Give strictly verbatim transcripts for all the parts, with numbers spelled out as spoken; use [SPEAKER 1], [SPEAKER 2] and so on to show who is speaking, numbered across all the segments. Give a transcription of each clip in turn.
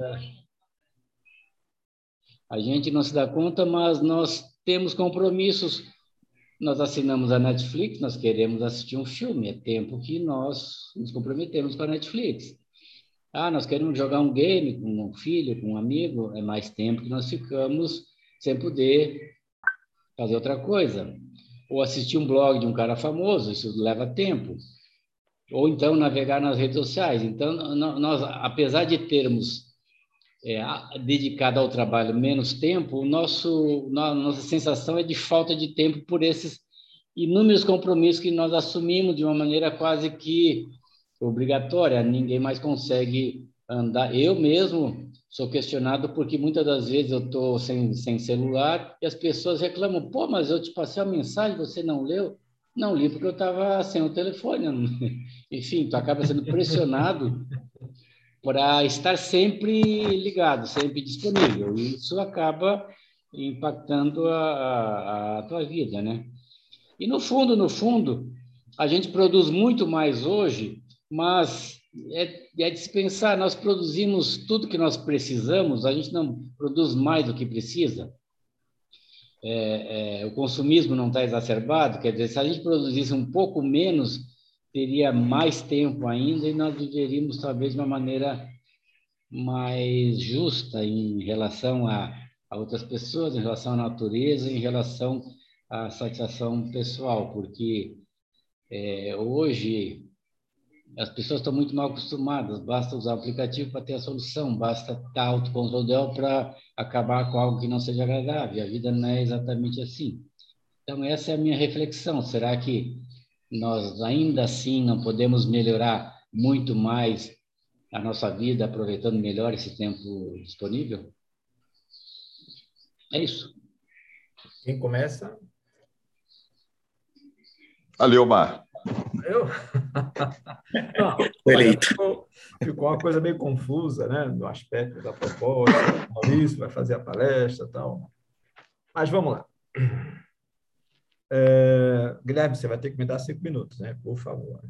[SPEAKER 1] A gente não se dá conta, mas nós temos compromissos. Nós assinamos a Netflix, nós queremos assistir um filme, é tempo que nós nos comprometemos com a Netflix. Ah, nós queremos jogar um game com um filho, com um amigo, é mais tempo que nós ficamos sem poder fazer outra coisa. Ou assistir um blog de um cara famoso, isso leva tempo. Ou então navegar nas redes sociais. Então, nós, apesar de termos é, dedicado ao trabalho menos tempo, o nosso, nossa sensação é de falta de tempo por esses inúmeros compromissos que nós assumimos de uma maneira quase que obrigatória. Ninguém mais consegue andar. Eu mesmo sou questionado porque muitas das vezes eu estou sem, sem celular e as pessoas reclamam, pô, mas eu te passei a mensagem, você não leu? Não li porque eu estava sem o telefone. Enfim, tu acaba sendo pressionado para estar sempre ligado, sempre disponível. E isso acaba impactando a, a, a tua vida, né? E no fundo, no fundo, a gente produz muito mais hoje, mas é, é de se pensar, nós produzimos tudo que nós precisamos, a gente não produz mais do que precisa. É, é, o consumismo não está exacerbado, quer dizer, se a gente produzisse um pouco menos, teria mais tempo ainda e nós viveríamos talvez de uma maneira mais justa em relação a, a outras pessoas, em relação à natureza, em relação à satisfação pessoal, porque é, hoje as pessoas estão muito mal acostumadas, basta usar o aplicativo para ter a solução, basta estar autocontrole dela para acabar com algo que não seja agradável. A vida não é exatamente assim. Então, essa é a minha reflexão. Será que nós ainda assim não podemos melhorar muito mais a nossa vida, aproveitando melhor esse tempo disponível? É isso.
[SPEAKER 2] Quem começa?
[SPEAKER 3] Aleomar.
[SPEAKER 2] Eu? Não, olha, ficou, ficou uma coisa meio confusa, né, no aspecto da proposta. O Maurício vai fazer a palestra e tal. Mas vamos lá. É, Guilherme, você vai ter que me dar cinco minutos, né? Por favor.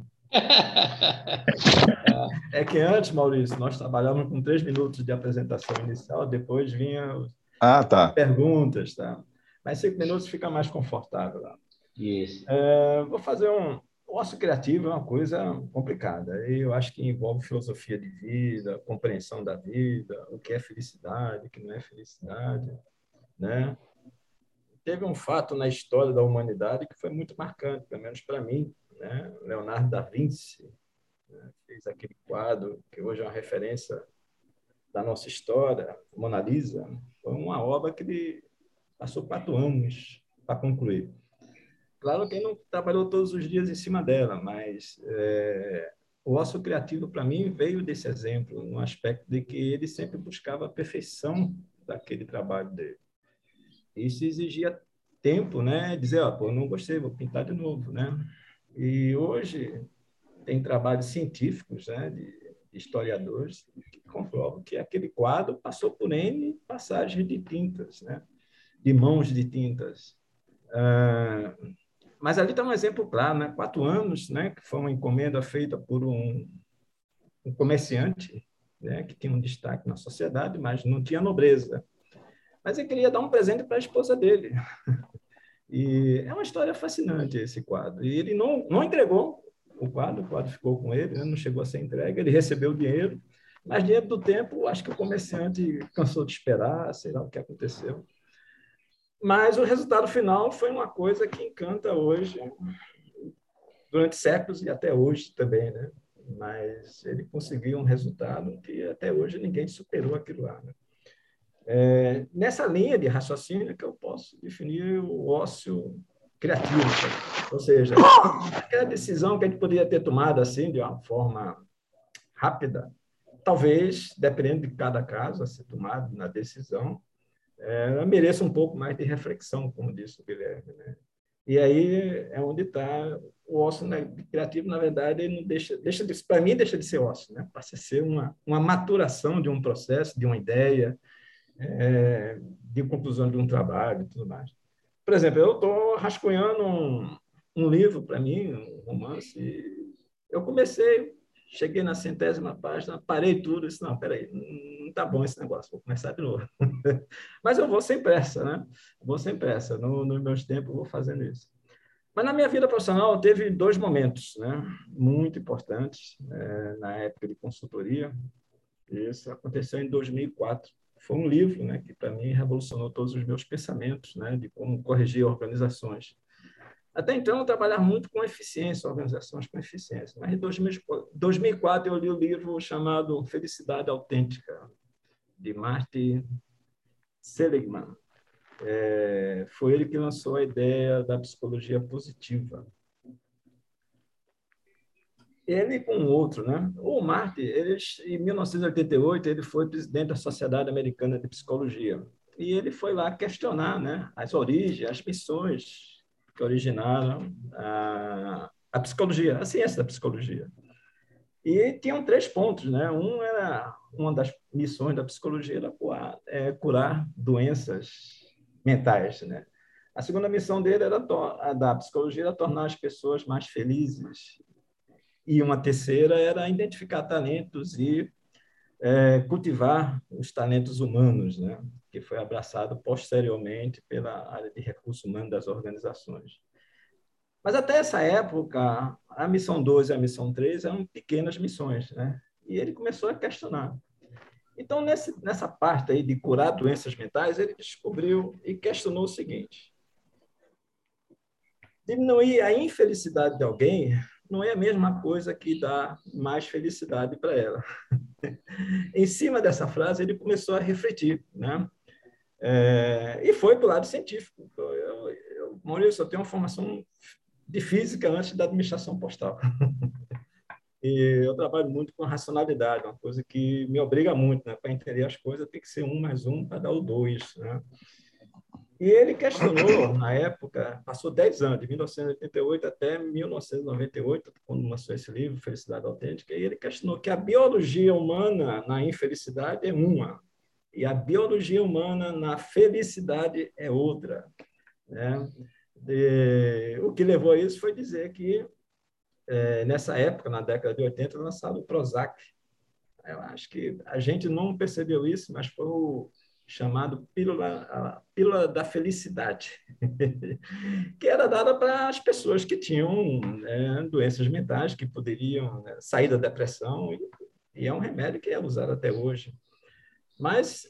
[SPEAKER 2] É que antes, Maurício, nós trabalhávamos com três minutos de apresentação inicial, depois vinham
[SPEAKER 3] ah, tá.
[SPEAKER 2] perguntas, tá? Mas cinco minutos fica mais confortável lá.
[SPEAKER 1] Isso.
[SPEAKER 2] É, vou fazer um... O ócio criativo é uma coisa complicada. Eu acho que envolve filosofia de vida, compreensão da vida, o que é felicidade, o que não é felicidade, né? Teve um fato na história da humanidade que foi muito marcante, pelo menos para mim, né? Leonardo da Vinci, né, fez aquele quadro que hoje é uma referência da nossa história, Mona Lisa. Foi uma obra que ele passou quatro anos para concluir. Claro que ele não trabalhou todos os dias em cima dela, mas é, o ócio criativo, para mim, veio desse exemplo, no aspecto de que ele sempre buscava a perfeição daquele trabalho dele. Isso exigia tempo, né? Dizer, ó, pô, não gostei, vou pintar de novo, né? E hoje tem trabalhos científicos, né, de historiadores que comprovam que aquele quadro passou por N passagens de tintas, né? De mãos de tintas. Ah, mas ali está um exemplo claro, né? Quatro anos, né? Que foi uma encomenda feita por um, um comerciante, né? Que tinha um destaque na sociedade, mas não tinha nobreza. Mas ele queria dar um presente para a esposa dele. E é uma história fascinante esse quadro. E ele não, não entregou o quadro, o quadro ficou com ele, né? Não chegou a ser entregue, ele recebeu o dinheiro, mas diante do tempo, acho que o comerciante cansou de esperar, sei lá o que aconteceu. Mas o resultado final foi uma coisa que encanta hoje, durante séculos e até hoje também, né? Mas ele conseguiu um resultado que até hoje ninguém superou aquilo lá, né? É, nessa linha de raciocínio que eu posso definir o ócio criativo, ou seja, aquela decisão que a gente poderia ter tomado assim de uma forma rápida, talvez, dependendo de cada caso a ser tomado na decisão, é, mereça um pouco mais de reflexão, como disse o Guilherme, né? E aí é onde está o ócio, né, criativo, na verdade, ele não deixa, deixa de, para mim, deixa de ser ócio, né? Passa a ser uma, uma maturação de um processo, de uma ideia, é, de conclusão de um trabalho e tudo mais. Por exemplo, eu estou rascunhando um, um livro para mim, um romance, e eu comecei, cheguei na centésima página, parei tudo e disse, não, peraí, não está bom esse negócio, vou começar de novo. Mas eu vou sem pressa, né? Vou sem pressa. No, nos meus tempos, eu vou fazendo isso. Mas na minha vida profissional, teve dois momentos, né? Muito importantes, é, na época de consultoria. Isso aconteceu em dois mil e quatro. Foi um livro, né, que, para mim, revolucionou todos os meus pensamentos, né, de como corrigir organizações. Até então, eu trabalhava muito com eficiência, organizações com eficiência. Mas em dois mil e quatro, eu li o livro chamado Felicidade Autêntica, de Martin Seligman. É, foi ele que lançou a ideia da psicologia positiva. Ele com outro, né? O Martin, ele, em mil novecentos e oitenta e oito, ele foi presidente da Sociedade Americana de Psicologia. E ele foi lá questionar, né, as origens, as missões que originaram a, a psicologia, a ciência da psicologia. E tinham três pontos, né? Um era, uma das missões da psicologia era curar, é, curar doenças mentais, né? A segunda missão dele era a da psicologia era tornar as pessoas mais felizes. E uma terceira era identificar talentos e é, cultivar os talentos humanos, né? Que foi abraçado posteriormente pela área de recursos humanos das organizações. Mas até essa época, a missão dois e a missão três eram pequenas missões, né? E ele começou a questionar. Então, nesse, nessa parte aí de curar doenças mentais, ele descobriu e questionou o seguinte: diminuir a infelicidade de alguém não é a mesma coisa que dar mais felicidade para ela. Em cima dessa frase, ele começou a refletir, né? É, e foi para o lado científico. Eu, eu, Maurício, eu tenho uma formação de física antes da administração postal. E eu trabalho muito com racionalidade, uma coisa que me obriga muito, né? Para entender as coisas, tem que ser um mais um para dar o dois, né? E ele questionou, na época, passou dez anos, de mil novecentos e oitenta e oito até mil novecentos e noventa e oito, quando lançou esse livro, Felicidade Autêntica, e ele questionou que a biologia humana na infelicidade é uma, e a biologia humana na felicidade é outra, né? E, o que levou a isso foi dizer que, é, nessa época, na década de oitenta, lançado o Prozac. Eu acho que a gente não percebeu isso, mas foi o chamado pílula, a pílula da felicidade, que era dada para as pessoas que tinham, né, doenças mentais, que poderiam, né, sair da depressão, e, e é um remédio que é usado até hoje. Mas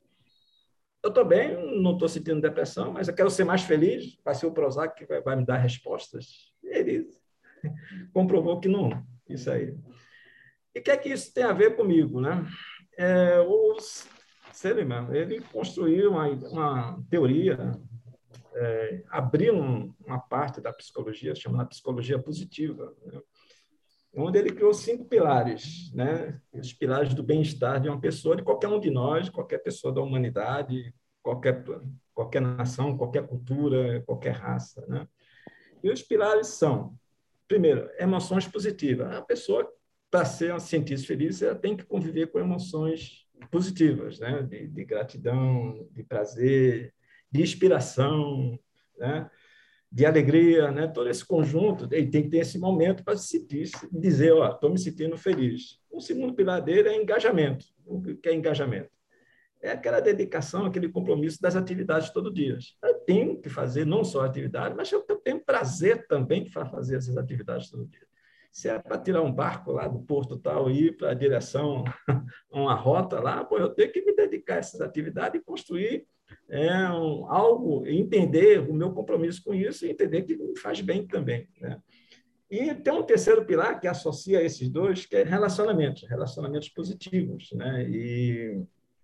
[SPEAKER 2] eu estou bem, não estou sentindo depressão, mas eu quero ser mais feliz, vai ser o Prozac que vai, vai me dar respostas. E ele comprovou que não, isso aí. E o que é que isso tem a ver comigo, né? É, os Seligman, ele construiu uma, uma teoria, é, abriu um, uma parte da psicologia chamada psicologia positiva, né? Onde ele criou cinco pilares, né? Os pilares do bem-estar de uma pessoa, de qualquer um de nós, qualquer pessoa da humanidade, qualquer, qualquer nação, qualquer cultura, qualquer raça, né? E os pilares são, primeiro, emoções positivas. A pessoa, para ser um cientista feliz, ela tem que conviver com emoções positivas, né? De, de gratidão, de prazer, de inspiração, né? De alegria, né? Todo esse conjunto, ele tem que ter esse momento para se sentir, dizer, ó, estou me sentindo feliz. O segundo pilar dele é engajamento. O que é engajamento? É aquela dedicação, aquele compromisso das atividades todo dia. Eu tenho que fazer não só atividade, mas eu tenho prazer também para fazer essas atividades todo dia. Se é para tirar um barco lá do porto tal e ir para a direção a uma rota lá, pô, eu tenho que me dedicar a essas atividades e construir é, um, algo, entender o meu compromisso com isso e entender que me faz bem também, né? E tem um terceiro pilar que associa esses dois, que é relacionamentos, relacionamentos positivos, né? E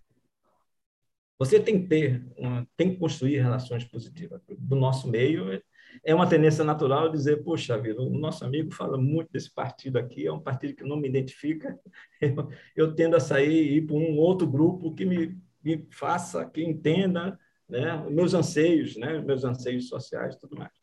[SPEAKER 2] você tem que ter, uma, tem que construir relações positivas. Do nosso meio, é uma tendência natural dizer, poxa vida, o nosso amigo fala muito desse partido aqui, é um partido que não me identifica, eu, eu tendo a sair e ir para um outro grupo que me, me faça, que entenda, né, meus anseios, né, meus anseios sociais e tudo mais.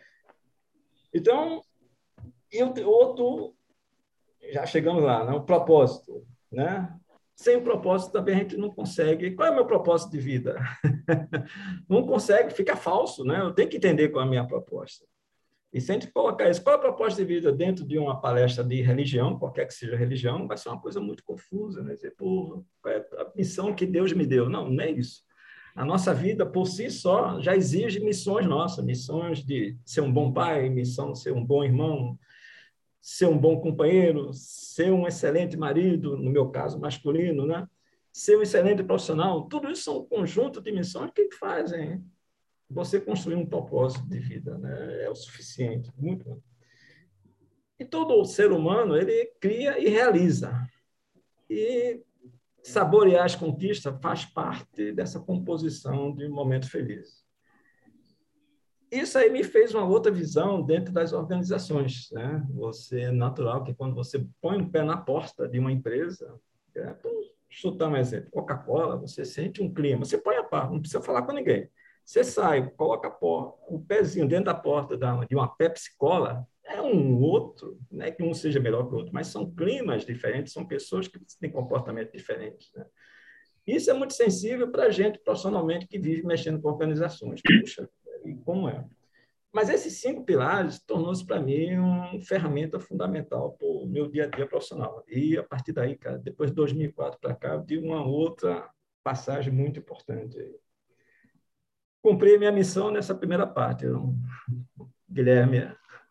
[SPEAKER 2] Então, e o outro, já chegamos lá, né, o propósito, né? Sem o propósito também a gente não consegue. Qual é o meu propósito de vida? Não consegue, fica falso, né? Eu tenho que entender qual é a minha proposta. E se a gente colocar isso, qual é a proposta de vida dentro de uma palestra de religião, qualquer que seja a religião, vai ser uma coisa muito confusa, né? Dizer, pô, qual é a missão que Deus me deu. Não, não é isso. A nossa vida, por si só, já exige missões nossas, missões de ser um bom pai, missão de ser um bom irmão, ser um bom companheiro, ser um excelente marido, no meu caso, masculino, né? Ser um excelente profissional. Tudo isso são um conjunto de missões que fazem você construir um propósito de vida, né? É o suficiente, muito bom. E todo ser humano, ele cria e realiza. E saborear as conquistas faz parte dessa composição de um momento feliz. Isso aí me fez uma outra visão dentro das organizações, né? Você é natural que quando você põe um pé na porta de uma empresa, é, vamos chutar um exemplo, Coca-Cola, você sente um clima, você põe a par, não precisa falar com ninguém. Você sai, coloca a porta, o pezinho dentro da porta de uma Pepsi-Cola, é um outro, não é que um seja melhor que o outro, mas são climas diferentes, são pessoas que têm comportamentos diferentes, né? Isso é muito sensível para a gente profissionalmente que vive mexendo com organizações. Puxa, e como é? Mas esses cinco pilares tornou-se para mim uma ferramenta fundamental para o meu dia a dia profissional. E a partir daí, cara, depois de dois mil e quatro para cá, eu tive uma outra passagem muito importante. Cumpri minha missão nessa primeira parte, eu, Guilherme.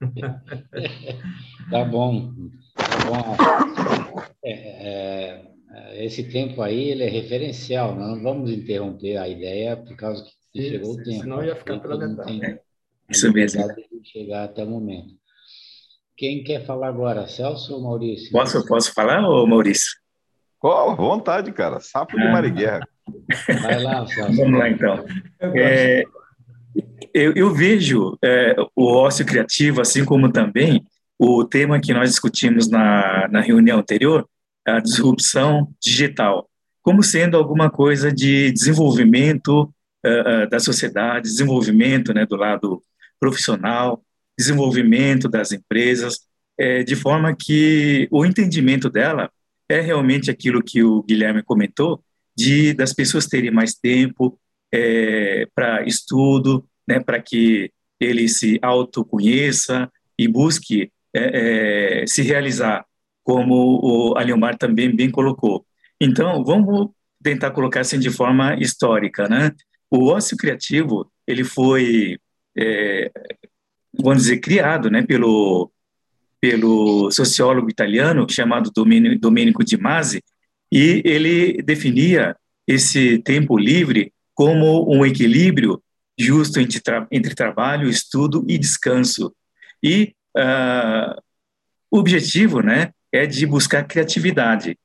[SPEAKER 1] Tá bom, tá bom. É, é, esse tempo aí ele é referencial, não vamos interromper a ideia por causa que
[SPEAKER 2] Sim,
[SPEAKER 1] chegou
[SPEAKER 2] sim,
[SPEAKER 1] o tempo.
[SPEAKER 2] senão ia ficar pela metade.
[SPEAKER 1] Tem
[SPEAKER 4] Isso mesmo.
[SPEAKER 1] de chegar até o momento. Quem quer falar agora, Celso ou Maurício?
[SPEAKER 4] Posso, posso falar, ô Maurício?
[SPEAKER 3] Oh, à vontade, cara. Sapo de
[SPEAKER 4] Ah.
[SPEAKER 3] Marighella.
[SPEAKER 1] Vai lá, Celso.
[SPEAKER 4] Vamos lá, então. É, eu, eu vejo é, o ócio criativo, assim como também o tema que nós discutimos na, na reunião anterior, a disrupção digital, como sendo alguma coisa de desenvolvimento uh, da sociedade, desenvolvimento, né, do lado profissional, desenvolvimento das empresas, é, de forma que o entendimento dela é realmente aquilo que o Guilherme comentou, de das pessoas terem mais tempo é, para estudo, né, para que ele se autoconheça e busque é, é, se realizar, como o Aliomar também bem colocou. Então, vamos tentar colocar assim de forma histórica, né? O ócio criativo, ele foi, é, vamos dizer, criado, né, pelo, pelo sociólogo italiano chamado Domenico de Masi, e ele definia esse tempo livre como um equilíbrio justo entre, tra entre trabalho, estudo e descanso. E uh, o objetivo, né, é de buscar criatividade.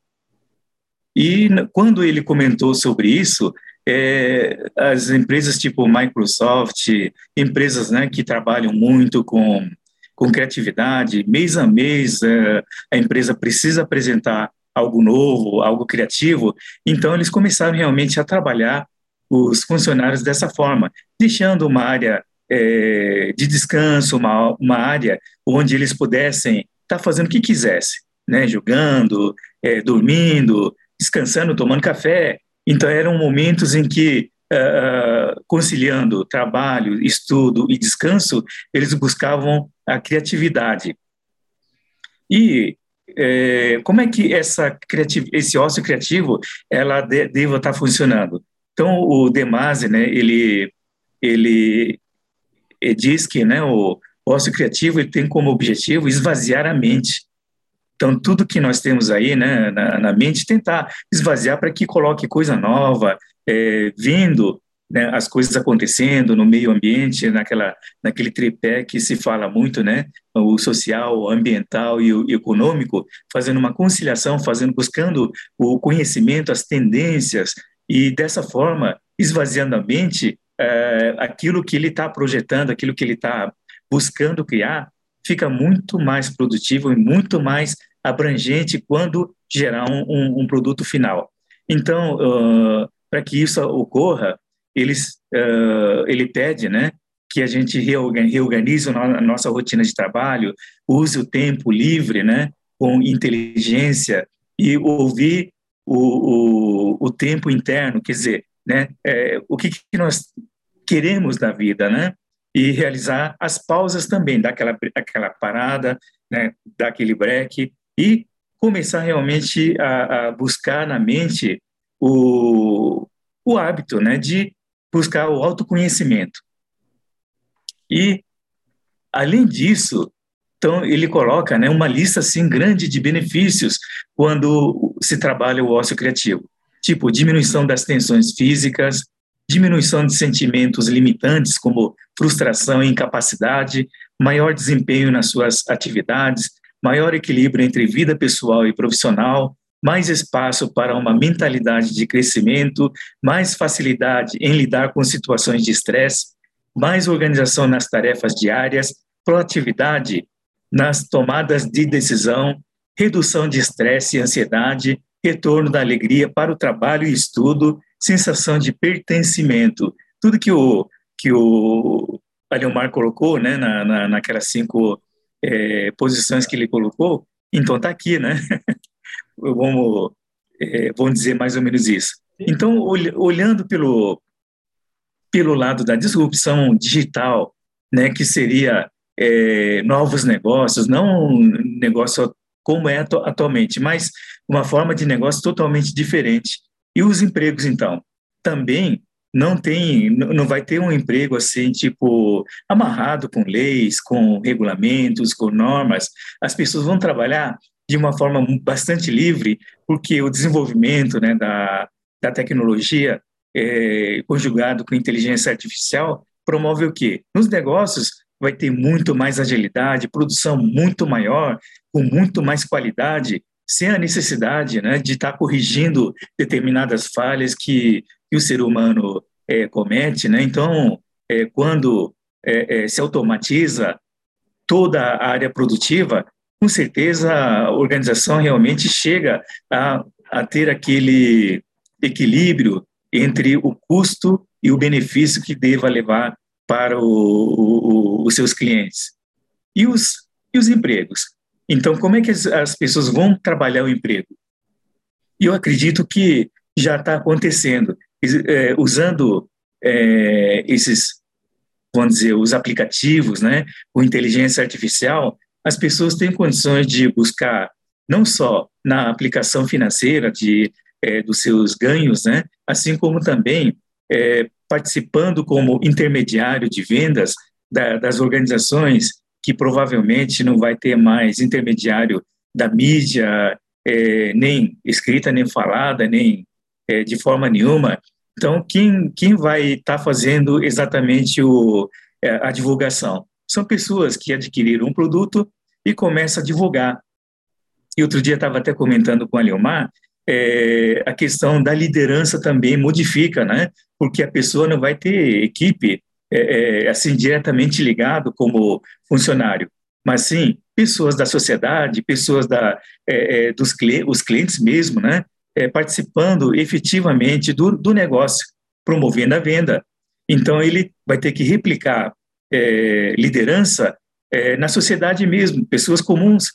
[SPEAKER 4] E quando ele comentou sobre isso, é, as empresas tipo Microsoft, empresas, né, que trabalham muito com, com criatividade, mês a mês é, a empresa precisa apresentar algo novo, algo criativo, então eles começaram realmente a trabalhar os funcionários dessa forma, deixando uma área é, de descanso, uma, uma área onde eles pudessem estar tá fazendo o que quisessem, né, jogando, é, dormindo, descansando, tomando café. Então, eram momentos em que, uh, conciliando trabalho, estudo e descanso, eles buscavam a criatividade. E é, como é que essa esse ócio criativo ela de, deva estar funcionando? Então, o De Masi, né, ele, ele, ele diz que, né, o ócio criativo ele tem como objetivo esvaziar a mente. Então, tudo que nós temos aí, né, na, na mente, tentar esvaziar para que coloque coisa nova, é, vendo, né, as coisas acontecendo no meio ambiente, naquela, naquele tripé que se fala muito, né, o social, o ambiental e o econômico, fazendo uma conciliação, fazendo, buscando o conhecimento, as tendências, e dessa forma, esvaziando a mente, é, aquilo que ele está projetando, aquilo que ele está buscando criar, fica muito mais produtivo e muito mais abrangente quando gerar um, um, um produto final. Então, uh, para que isso ocorra, eles, uh, ele pede, né, que a gente reorganize a nossa rotina de trabalho, use o tempo livre, né, com inteligência e ouvir o, o, o tempo interno, quer dizer, né, é, o que, que nós queremos da vida, né, e realizar as pausas também, dar aquela, aquela parada, né, dar aquele break, e começar realmente a, a buscar na mente o, o hábito, né, de buscar o autoconhecimento. E, além disso, então, ele coloca, né, uma lista assim, grande de benefícios quando se trabalha o ócio criativo. Tipo, diminuição das tensões físicas, diminuição de sentimentos limitantes, como frustração e incapacidade, maior desempenho nas suas atividades, maior equilíbrio entre vida pessoal e profissional, mais espaço para uma mentalidade de crescimento, mais facilidade em lidar com situações de estresse, mais organização nas tarefas diárias, proatividade nas tomadas de decisão, redução de estresse e ansiedade, retorno da alegria para o trabalho e estudo, sensação de pertencimento. Tudo que o, que o Aleomar colocou, né, na, na, naquelas cinco é, posições que ele colocou, então está aqui, né? vamos, é, vamos dizer mais ou menos isso. Então, ol, olhando pelo, pelo lado da disrupção digital, né, que seria é, novos negócios, não um negócio como é atu atualmente, mas uma forma de negócio totalmente diferente. E os empregos, então, também não tem, não vai ter um emprego assim, tipo, amarrado com leis, com regulamentos, com normas. As pessoas vão trabalhar de uma forma bastante livre, porque o desenvolvimento, né, da, da tecnologia é, conjugado com inteligência artificial promove o quê? Nos negócios vai ter muito mais agilidade, produção muito maior, com muito mais qualidade, sem a necessidade, né, de estar corrigindo determinadas falhas que, que o ser humano é, comete, né? Então, é, quando é, é, se automatiza toda a área produtiva, com certeza a organização realmente chega a, a ter aquele equilíbrio entre o custo e o benefício que deva levar para o, o, os seus clientes. E os, e os empregos? Então, como é que as, as pessoas vão trabalhar o emprego? E eu acredito que já está acontecendo, é, usando é, esses, vamos dizer, os aplicativos, né, com inteligência artificial, as pessoas têm condições de buscar, não só na aplicação financeira de, é, dos seus ganhos, né, assim como também é, participando como intermediário de vendas da, das organizações, que provavelmente não vai ter mais intermediário da mídia, é, nem escrita, nem falada, nem é, de forma nenhuma. Então, quem, quem vai estar tá fazendo exatamente o, é, a divulgação? São pessoas que adquiriram um produto e começam a divulgar. E outro dia estava até comentando com a Leomar, é, a questão da liderança também modifica, né? Porque a pessoa não vai ter equipe é, é, assim diretamente ligado como funcionário, mas sim pessoas da sociedade, pessoas da, é, é, dos os clientes mesmo, né? É, participando efetivamente do, do negócio, promovendo a venda. Então, ele vai ter que replicar é, liderança é, na sociedade mesmo, pessoas comuns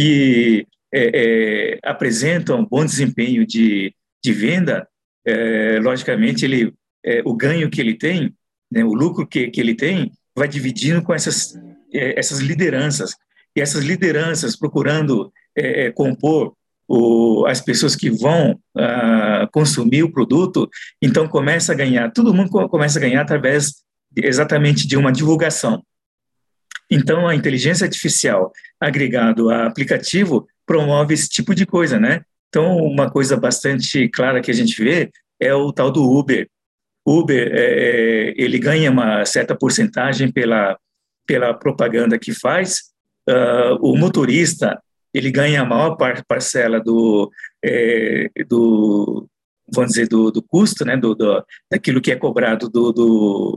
[SPEAKER 4] que é, é, apresentam bom desempenho de, de venda, é, logicamente, ele, é, o ganho que ele tem, né, o lucro que, que ele tem, vai dividindo com essas, é, essas lideranças. E essas lideranças procurando é, compor o, as pessoas que vão ah, consumir o produto, então começa a ganhar, todo mundo começa a ganhar através de, exatamente de uma divulgação. Então, a inteligência artificial agregado a aplicativo promove esse tipo de coisa, né? Então, uma coisa bastante clara que a gente vê é o tal do Uber. Uber, é, ele ganha uma certa porcentagem pela, pela propaganda que faz. Uh, o motorista, ele ganha a maior par parcela do, é, do, vamos dizer, do, do custo, né? Do, do, daquilo que é cobrado do, do,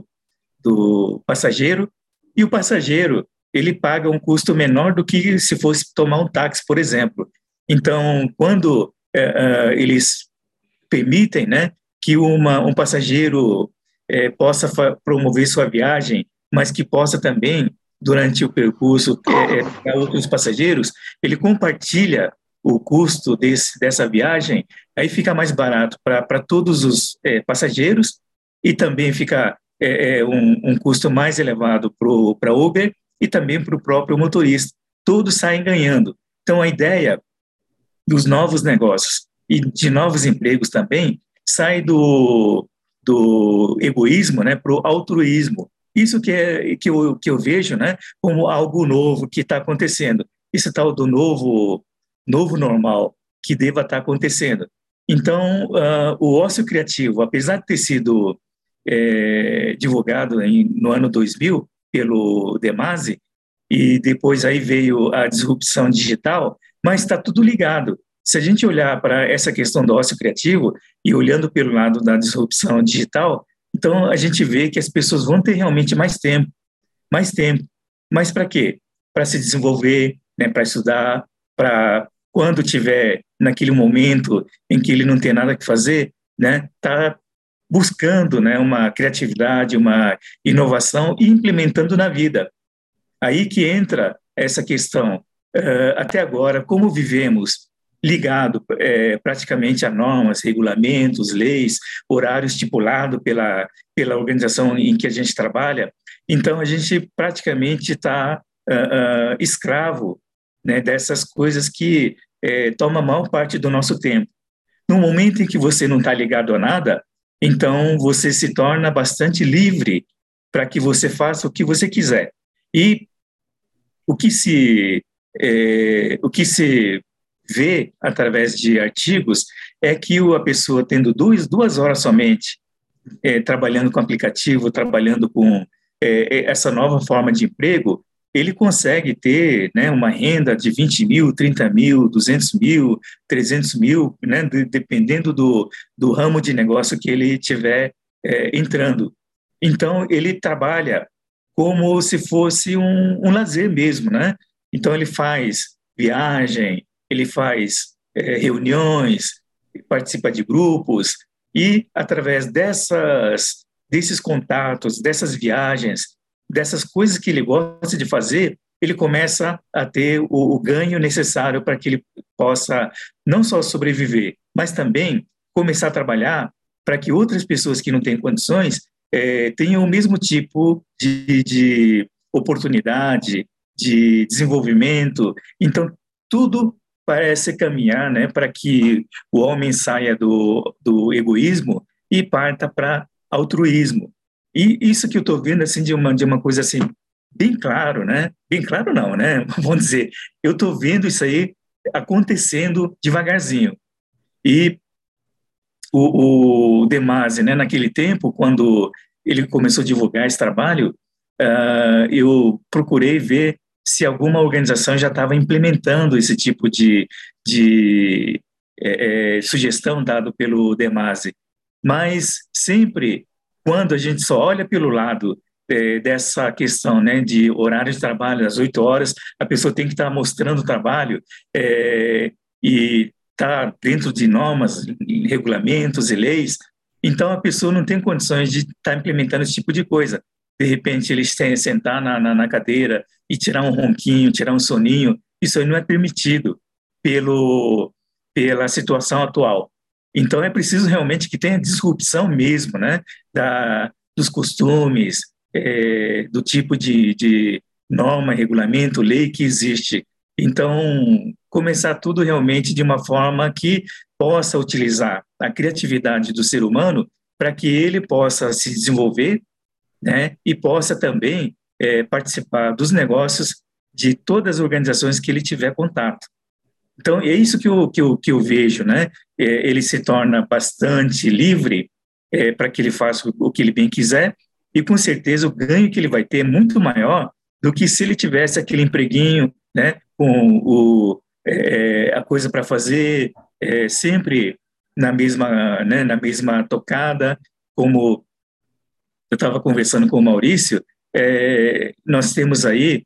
[SPEAKER 4] do passageiro. E o passageiro, ele paga um custo menor do que se fosse tomar um táxi, por exemplo. Então, quando é, eles permitem, né, que uma, um passageiro é, possa promover sua viagem, mas que possa também, durante o percurso, é, para outros passageiros, ele compartilha o custo desse, dessa viagem, aí fica mais barato para todos os é, passageiros e também fica é, um, um custo mais elevado para o Uber e também para o próprio motorista. Todos saem ganhando. Então, a ideia dos novos negócios e de novos empregos também sai do, do egoísmo, né, para o altruísmo. Isso que, é, que, eu, que eu vejo, né, como algo novo que está acontecendo. Esse tal do novo, novo normal que deva estar acontecendo. Então, uh, o ócio criativo, apesar de ter sido é, divulgado em, no ano dois mil pelo Demasi, e depois aí veio a disrupção digital, mas está tudo ligado. Se a gente olhar para essa questão do ócio criativo e olhando pelo lado da disrupção digital, então a gente vê que as pessoas vão ter realmente mais tempo, mais tempo. Mas para quê? Para se desenvolver, né, para estudar, para quando tiver naquele momento em que ele não tem nada que fazer, né, tá buscando, né, uma criatividade, uma inovação e implementando na vida. Aí que entra essa questão. Uh, até agora, como vivemos ligado é, praticamente a normas, regulamentos, leis, horário estipulado pela, pela organização em que a gente trabalha, então a gente praticamente está uh, uh, escravo, né, dessas coisas que é, tomam a maior parte do nosso tempo. No momento em que você não está ligado a nada, então você se torna bastante livre para que você faça o que você quiser. E o que se, é, o que se vê através de artigos é que a pessoa tendo duas, duas horas somente é, trabalhando com aplicativo, trabalhando com é, essa nova forma de emprego, ele consegue ter, né, uma renda de vinte mil, trinta mil, duzentos mil, trezentos mil, né, de, dependendo do, do ramo de negócio que ele estiver é, entrando. Então, ele trabalha como se fosse um, um lazer mesmo, né? Então, ele faz viagem, ele faz é, reuniões, participa de grupos, e através dessas, desses contatos, dessas viagens, dessas coisas que ele gosta de fazer, ele começa a ter o, o ganho necessário para que ele possa não só sobreviver, mas também começar a trabalhar para que outras pessoas que não têm condições é, tenham o mesmo tipo de, de oportunidade, de desenvolvimento. Então, tudo parece caminhar, né, para que o homem saia do, do egoísmo e parta para altruísmo. E isso que eu estou vendo, assim, de uma, de uma coisa, assim, bem claro, né? Bem claro não, né? Vamos dizer, eu estou vendo isso aí acontecendo devagarzinho. E o, o Demasi, né, naquele tempo, quando ele começou a divulgar esse trabalho, uh, eu procurei ver se alguma organização já estava implementando esse tipo de, de é, é, sugestão dado pelo Demasi. Mas sempre, quando a gente só olha pelo lado é, dessa questão, né, de horário de trabalho, às oito horas, a pessoa tem que estar mostrando o trabalho é, e está dentro de normas, regulamentos e leis, então a pessoa não tem condições de estar implementando esse tipo de coisa. De repente, eles têm que sentar na, na, na cadeira e tirar um ronquinho, tirar um soninho, isso aí não é permitido pelo, pela situação atual. Então, é preciso realmente que tenha disrupção mesmo, né, da, dos costumes, é, do tipo de, de norma, regulamento, lei que existe. Então, começar tudo realmente de uma forma que possa utilizar a criatividade do ser humano para que ele possa se desenvolver, né, e possa também é, participar dos negócios de todas as organizações que ele tiver contato. Então, é isso que eu, que eu, que eu vejo, né? É, ele se torna bastante livre é, para que ele faça o que ele bem quiser, e com certeza o ganho que ele vai ter é muito maior do que se ele tivesse aquele empreguinho, né, com o, é, a coisa para fazer, é, sempre na mesma, né, na mesma tocada. Como eu estava conversando com o Maurício, é, nós temos aí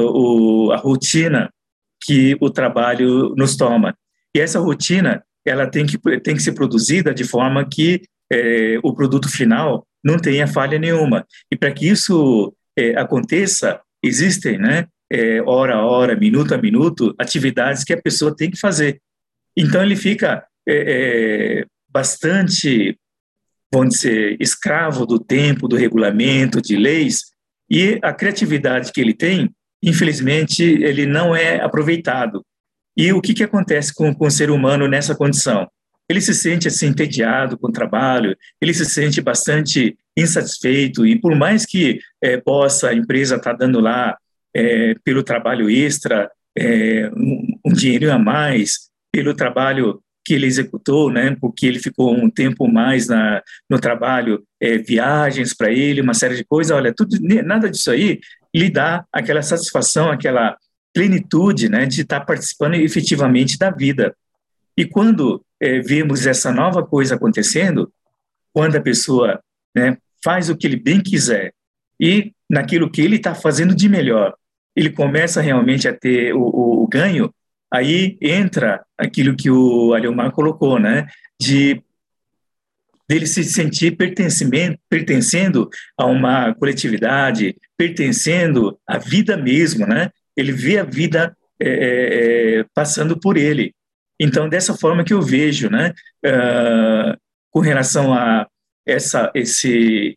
[SPEAKER 4] o, a rotina que o trabalho nos toma. E essa rotina, ela tem que, tem que ser produzida de forma que é, o produto final não tenha falha nenhuma. E para que isso é, aconteça, existem, né, é, hora a hora, minuto a minuto, atividades que a pessoa tem que fazer. Então, ele fica é, é, bastante, vamos dizer, escravo do tempo, do regulamento, de leis, e a criatividade que ele tem, infelizmente, ele não é aproveitado. E o que, que acontece com, com o ser humano nessa condição? ele se sente assim entediado com o trabalho, ele se sente bastante insatisfeito e por mais que é, possa a empresa estar dando lá é, pelo trabalho extra é, um, um dinheirinho a mais, pelo trabalho que ele executou, né, porque ele ficou um tempo mais na, no trabalho, é, viagens para ele, uma série de coisas, olha, tudo, nada disso aí lhe dá aquela satisfação, aquela plenitude, né, de estar participando efetivamente da vida. E quando é, vemos essa nova coisa acontecendo, quando a pessoa, né, faz o que ele bem quiser e naquilo que ele está fazendo de melhor, ele começa realmente a ter o, o, o ganho, aí entra aquilo que o Aliomar colocou, né, de dele se sentir pertencimento, pertencendo a uma coletividade, pertencendo à vida mesmo, né? Ele vê a vida é, é, passando por ele. Então, dessa forma que eu vejo, né? Uh, com relação a essa, esse,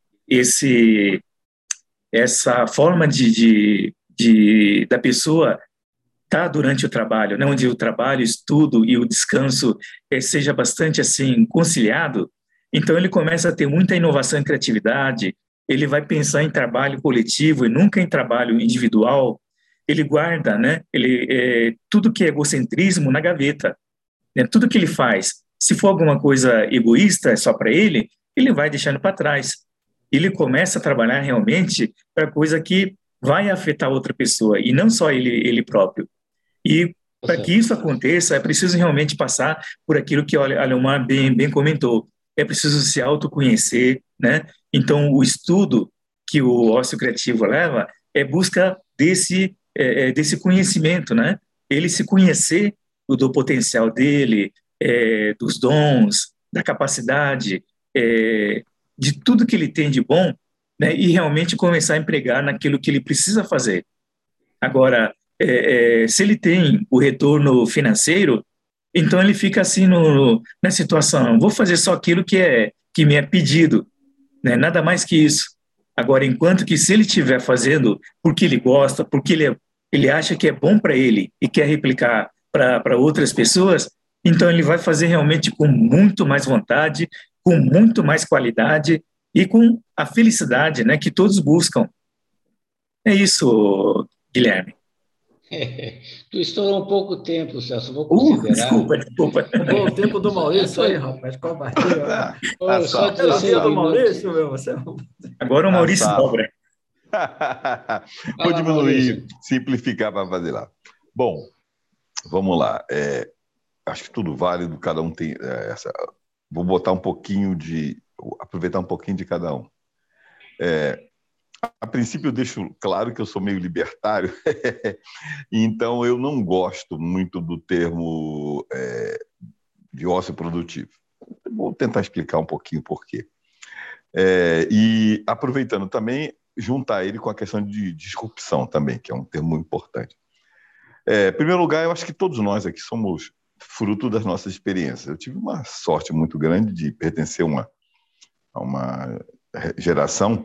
[SPEAKER 4] esse, essa forma de, de, de da pessoa estar durante o trabalho, né? Onde o trabalho, o estudo e o descanso é, seja bastante assim conciliado. Então, ele começa a ter muita inovação e criatividade, ele vai pensar em trabalho coletivo e nunca em trabalho individual, ele guarda, né, ele, é, tudo que é egocentrismo na gaveta, né, tudo que ele faz, se for alguma coisa egoísta, só para ele, ele vai deixando para trás. Ele começa a trabalhar realmente para coisa que vai afetar outra pessoa, e não só ele, ele próprio. E para que isso aconteça, é preciso realmente passar por aquilo que o Aliomar bem, bem comentou, é preciso se autoconhecer, né? Então, o estudo que o ócio criativo leva é busca desse, é, desse conhecimento, né? Ele se conhecer do potencial dele, é, dos dons, da capacidade, é, de tudo que ele tem de bom, né? E realmente começar a empregar naquilo que ele precisa fazer. Agora, é, é, se ele tem o retorno financeiro, então ele fica assim no, na situação, vou fazer só aquilo que, é, que me é pedido, né? Nada mais que isso. Agora, enquanto que se ele estiver fazendo porque ele gosta, porque ele, é, ele acha que é bom para ele e quer replicar para outras pessoas, então ele vai fazer realmente com muito mais vontade, com muito mais qualidade e com a felicidade, né, que todos buscam. É isso, Guilherme.
[SPEAKER 1] É, tu estourou um pouco o tempo, Celso, vou
[SPEAKER 4] Uh,
[SPEAKER 1] considerar.
[SPEAKER 4] desculpa, desculpa.
[SPEAKER 2] Roubou o tempo do Maurício aí, rapaz. Compartilha.
[SPEAKER 1] Oh, só
[SPEAKER 2] Era o dia do
[SPEAKER 1] dezesseis
[SPEAKER 2] Maurício, meu. Você...
[SPEAKER 4] Agora o Maurício dobra.
[SPEAKER 3] Vou
[SPEAKER 1] lá,
[SPEAKER 3] diminuir,
[SPEAKER 1] Maurício.
[SPEAKER 3] simplificar para fazer lá. Bom, vamos lá. É, acho que tudo válido, cada um tem é, essa. Vou botar um pouquinho de. Aproveitar um pouquinho de cada um. É, a princípio, eu deixo claro que eu sou meio libertário, então eu não gosto muito do termo é, de ócio produtivo. Vou tentar explicar um pouquinho por quê. É, e aproveitando também, juntar ele com a questão de disrupção também, que é um termo muito importante. É, em primeiro lugar, eu acho que todos nós aqui somos fruto das nossas experiências. Eu tive uma sorte muito grande de pertencer a uma, a uma geração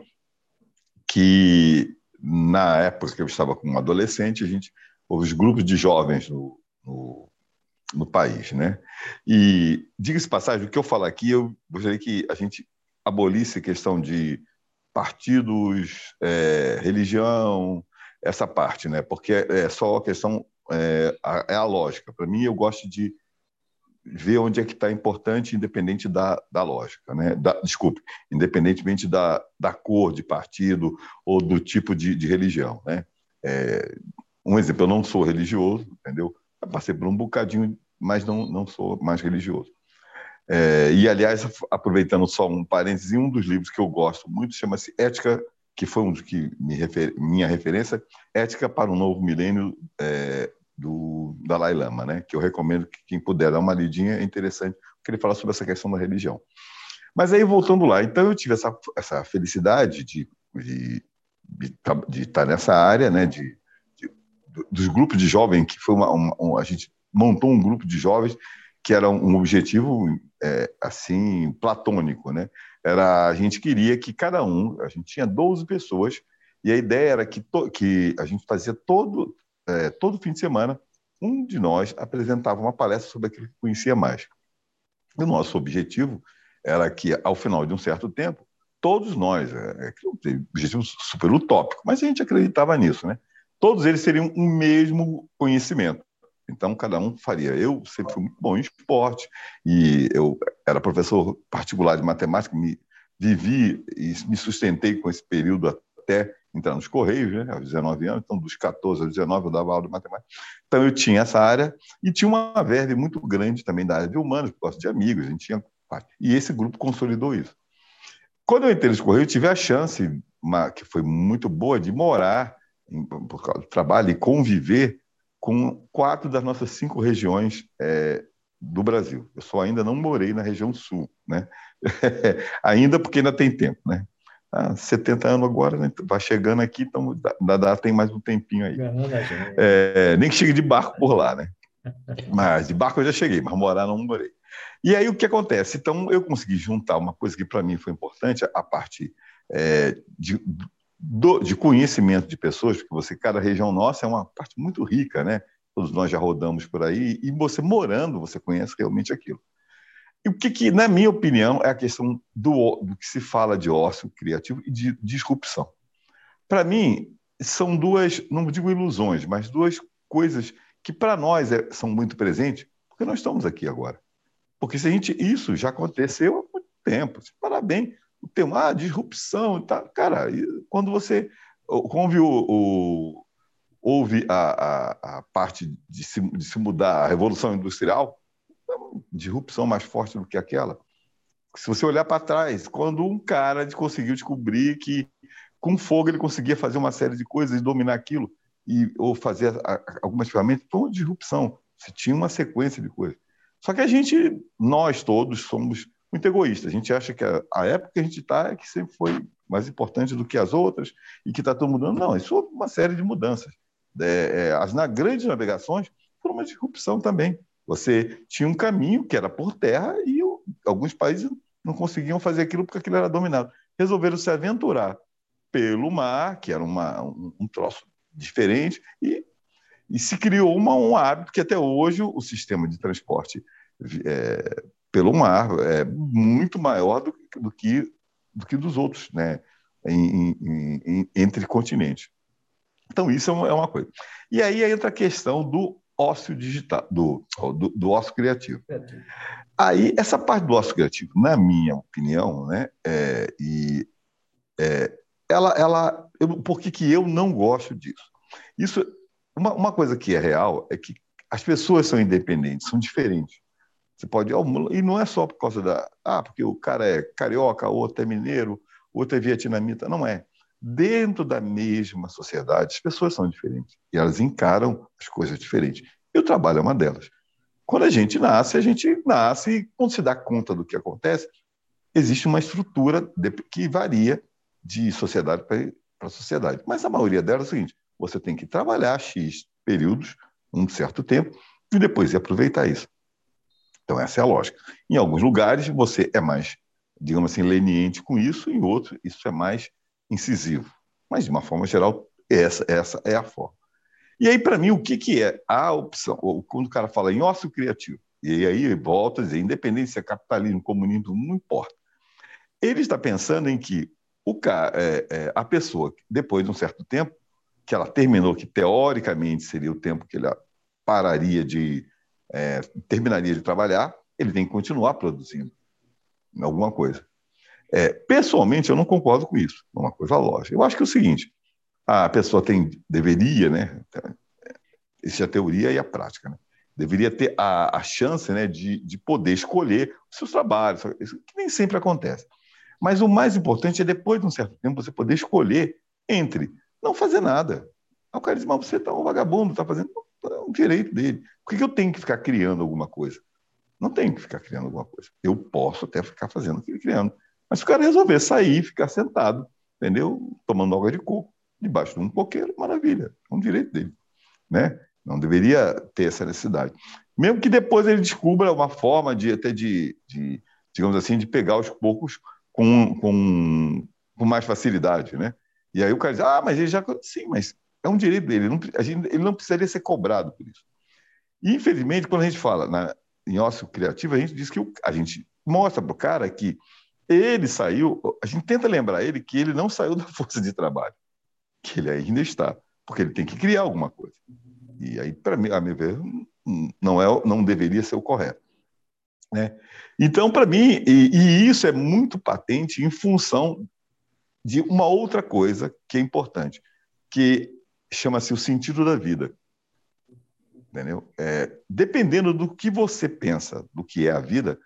[SPEAKER 3] que, na época que eu estava como adolescente, a gente, houve os grupos de jovens no, no, no país, né? E, diga-se de passagem, o que eu falo aqui, eu gostaria que a gente abolisse a questão de partidos, é, religião, essa parte, né? Porque é só a questão, é a, é a lógica. Para mim, eu gosto de ver onde é que está importante, independente da, da lógica, né? Da, desculpe, independentemente da, da cor de partido ou do tipo de, de religião, né? É, um exemplo, eu não sou religioso, entendeu? Eu passei por um bocadinho, mas não, não sou mais religioso. É, e, aliás, aproveitando só um parênteses, um dos livros que eu gosto muito chama-se Ética, que foi um dos que me refer, minha referência, Ética para um Novo Milênio, é, do Dalai Lama, né? Que eu recomendo que quem puder dar uma lidinha, é interessante, porque ele fala sobre essa questão da religião. Mas aí, voltando lá, então eu tive essa, essa felicidade de, de, de, de estar nessa área, né? De, de, dos grupos de jovens, que foi uma, uma, uma, a gente montou um grupo de jovens que era um objetivo é, assim, platônico, né? Era, a gente queria que cada um, a gente tinha doze pessoas, e a ideia era que, to, que a gente fazia todo, é, todo fim de semana, um de nós apresentava uma palestra sobre aquilo que conhecia mais. O nosso objetivo era que, ao final de um certo tempo, todos nós, é, é um objetivo super utópico, mas a gente acreditava nisso, né? Todos eles teriam o mesmo conhecimento. Então, cada um faria. Eu sempre fui muito bom em esporte, e eu era professor particular de matemática, me vivi e me sustentei com esse período até entrar nos Correios, né, aos dezenove anos, então dos catorze aos dezenove eu dava aula de matemática. Então eu tinha essa área e tinha uma verve muito grande também da área de humanos, por causa de amigos, a gente tinha, e esse grupo consolidou isso. Quando eu entrei nos Correios, eu tive a chance, uma, que foi muito boa, de morar, em, por causa do trabalho, e conviver com quatro das nossas cinco regiões é, do Brasil. Eu só ainda não morei na região sul, né? Ainda porque ainda tem tempo, né? Ah, setenta anos agora, né? Vai chegando aqui, então dá, dá, tem mais um tempinho aí. É, nem que chegue de barco por lá, né? Mas de barco eu já cheguei, mas morar não morei. E aí o que acontece? Então eu consegui juntar uma coisa que para mim foi importante, a parte é, de, do, de conhecimento de pessoas, porque você, cada região nossa é uma parte muito rica, né? Todos nós já rodamos por aí, e você morando, você conhece realmente aquilo. E o que, que, na minha opinião, é a questão do, do que se fala de ócio criativo e de disrupção. Para mim, são duas, não digo ilusões, mas duas coisas que para nós é, são muito presentes, porque nós estamos aqui agora. Porque se a gente, isso já aconteceu há muito tempo. Parabéns, o tema, ah, disrupção, tá, cara, quando você ouve, o, o, ouve a, a, a parte de se, de se mudar, a revolução industrial, disrupção mais forte do que aquela. Se você olhar para trás, quando um cara conseguiu descobrir que com fogo ele conseguia fazer uma série de coisas e dominar aquilo, e, ou fazer a, a, algumas ferramentas, foi uma disrupção. Você tinha uma sequência de coisas. Só que a gente, nós todos, somos muito egoístas. A gente acha que a, a época que a gente está é que sempre foi mais importante do que as outras e que está tudo mudando. Não, isso houve uma série de mudanças. É, é, as na, grandes navegações foram uma disrupção também. Você tinha um caminho que era por terra e o, alguns países não conseguiam fazer aquilo porque aquilo era dominado. Resolveram se aventurar pelo mar, que era uma, um, um troço diferente, e, e se criou uma, um hábito que até hoje o sistema de transporte é, pelo mar é muito maior do, do, que, do que dos outros, né? em, em, em, entre continentes. Então, isso é uma coisa. E aí entra a questão do ócio digital, do, do, do ócio criativo. Aí, essa parte do ócio criativo, na minha opinião, né, é, e, é, ela, ela, eu, por que, que eu não gosto disso? Isso, uma, uma coisa que é real é que as pessoas são independentes, são diferentes. Você pode, e não é só por causa da, ah, porque o cara é carioca, o outro é mineiro, o outro é vietnamita, não é. Dentro da mesma sociedade, as pessoas são diferentes e elas encaram as coisas diferentes. E o trabalho é uma delas. Quando a gente nasce, a gente nasce e quando se dá conta do que acontece, existe uma estrutura de, que varia de sociedade para sociedade. Mas a maioria delas é o seguinte, você tem que trabalhar X períodos, um certo tempo, e depois ir aproveitar isso. Então essa é a lógica. Em alguns lugares você é mais, digamos assim, leniente com isso, em outros isso é mais incisivo. Mas, de uma forma geral, essa, essa é a forma. E aí, para mim, o que, que é a opção? Quando o cara fala em ócio criativo, e aí volta a dizer, independente se é capitalismo, comunismo, não importa. Ele está pensando em que o cara, é, é, a pessoa, depois de um certo tempo, que ela terminou, que teoricamente seria o tempo que ele pararia de, é, terminaria de trabalhar, ele tem que continuar produzindo alguma coisa. É, pessoalmente, eu não concordo com isso. É uma coisa lógica. Eu acho que é o seguinte, a pessoa tem, deveria, né? Isso é a teoria e a prática, né? Deveria ter a, a chance, né, de, de poder escolher os seus trabalhos, isso que nem sempre acontece. Mas o mais importante é, depois de um certo tempo, você poder escolher entre não fazer nada. Aí o cara diz, mas você está um vagabundo, está fazendo é um direito dele. Por que eu tenho que ficar criando alguma coisa? Não tenho que ficar criando alguma coisa. Eu posso até ficar fazendo aquilo, criando. Mas se o cara resolver sair, ficar sentado, entendeu? Tomando água de coco, debaixo de um coqueiro, maravilha. É um direito dele, né? Não deveria ter essa necessidade. Mesmo que depois ele descubra uma forma de, até de, de digamos assim, de pegar os poucos com, com, com mais facilidade, né? E aí o cara diz, ah, mas ele já... Sim, mas é um direito dele. Ele não, a gente, ele não precisaria ser cobrado por isso. E, infelizmente, quando a gente fala na, em ócio criativo, a gente diz que o, a gente mostra para o cara que ele saiu, a gente tenta lembrar ele que ele não saiu da força de trabalho, que ele ainda está, porque ele tem que criar alguma coisa. E aí, para mim, a meu ver, não, é, não deveria ser o correto. Né? Então, para mim, e, e isso é muito patente em função de uma outra coisa que é importante, que chama-se o sentido da vida. Entendeu? É, dependendo do que você pensa do que é a vida,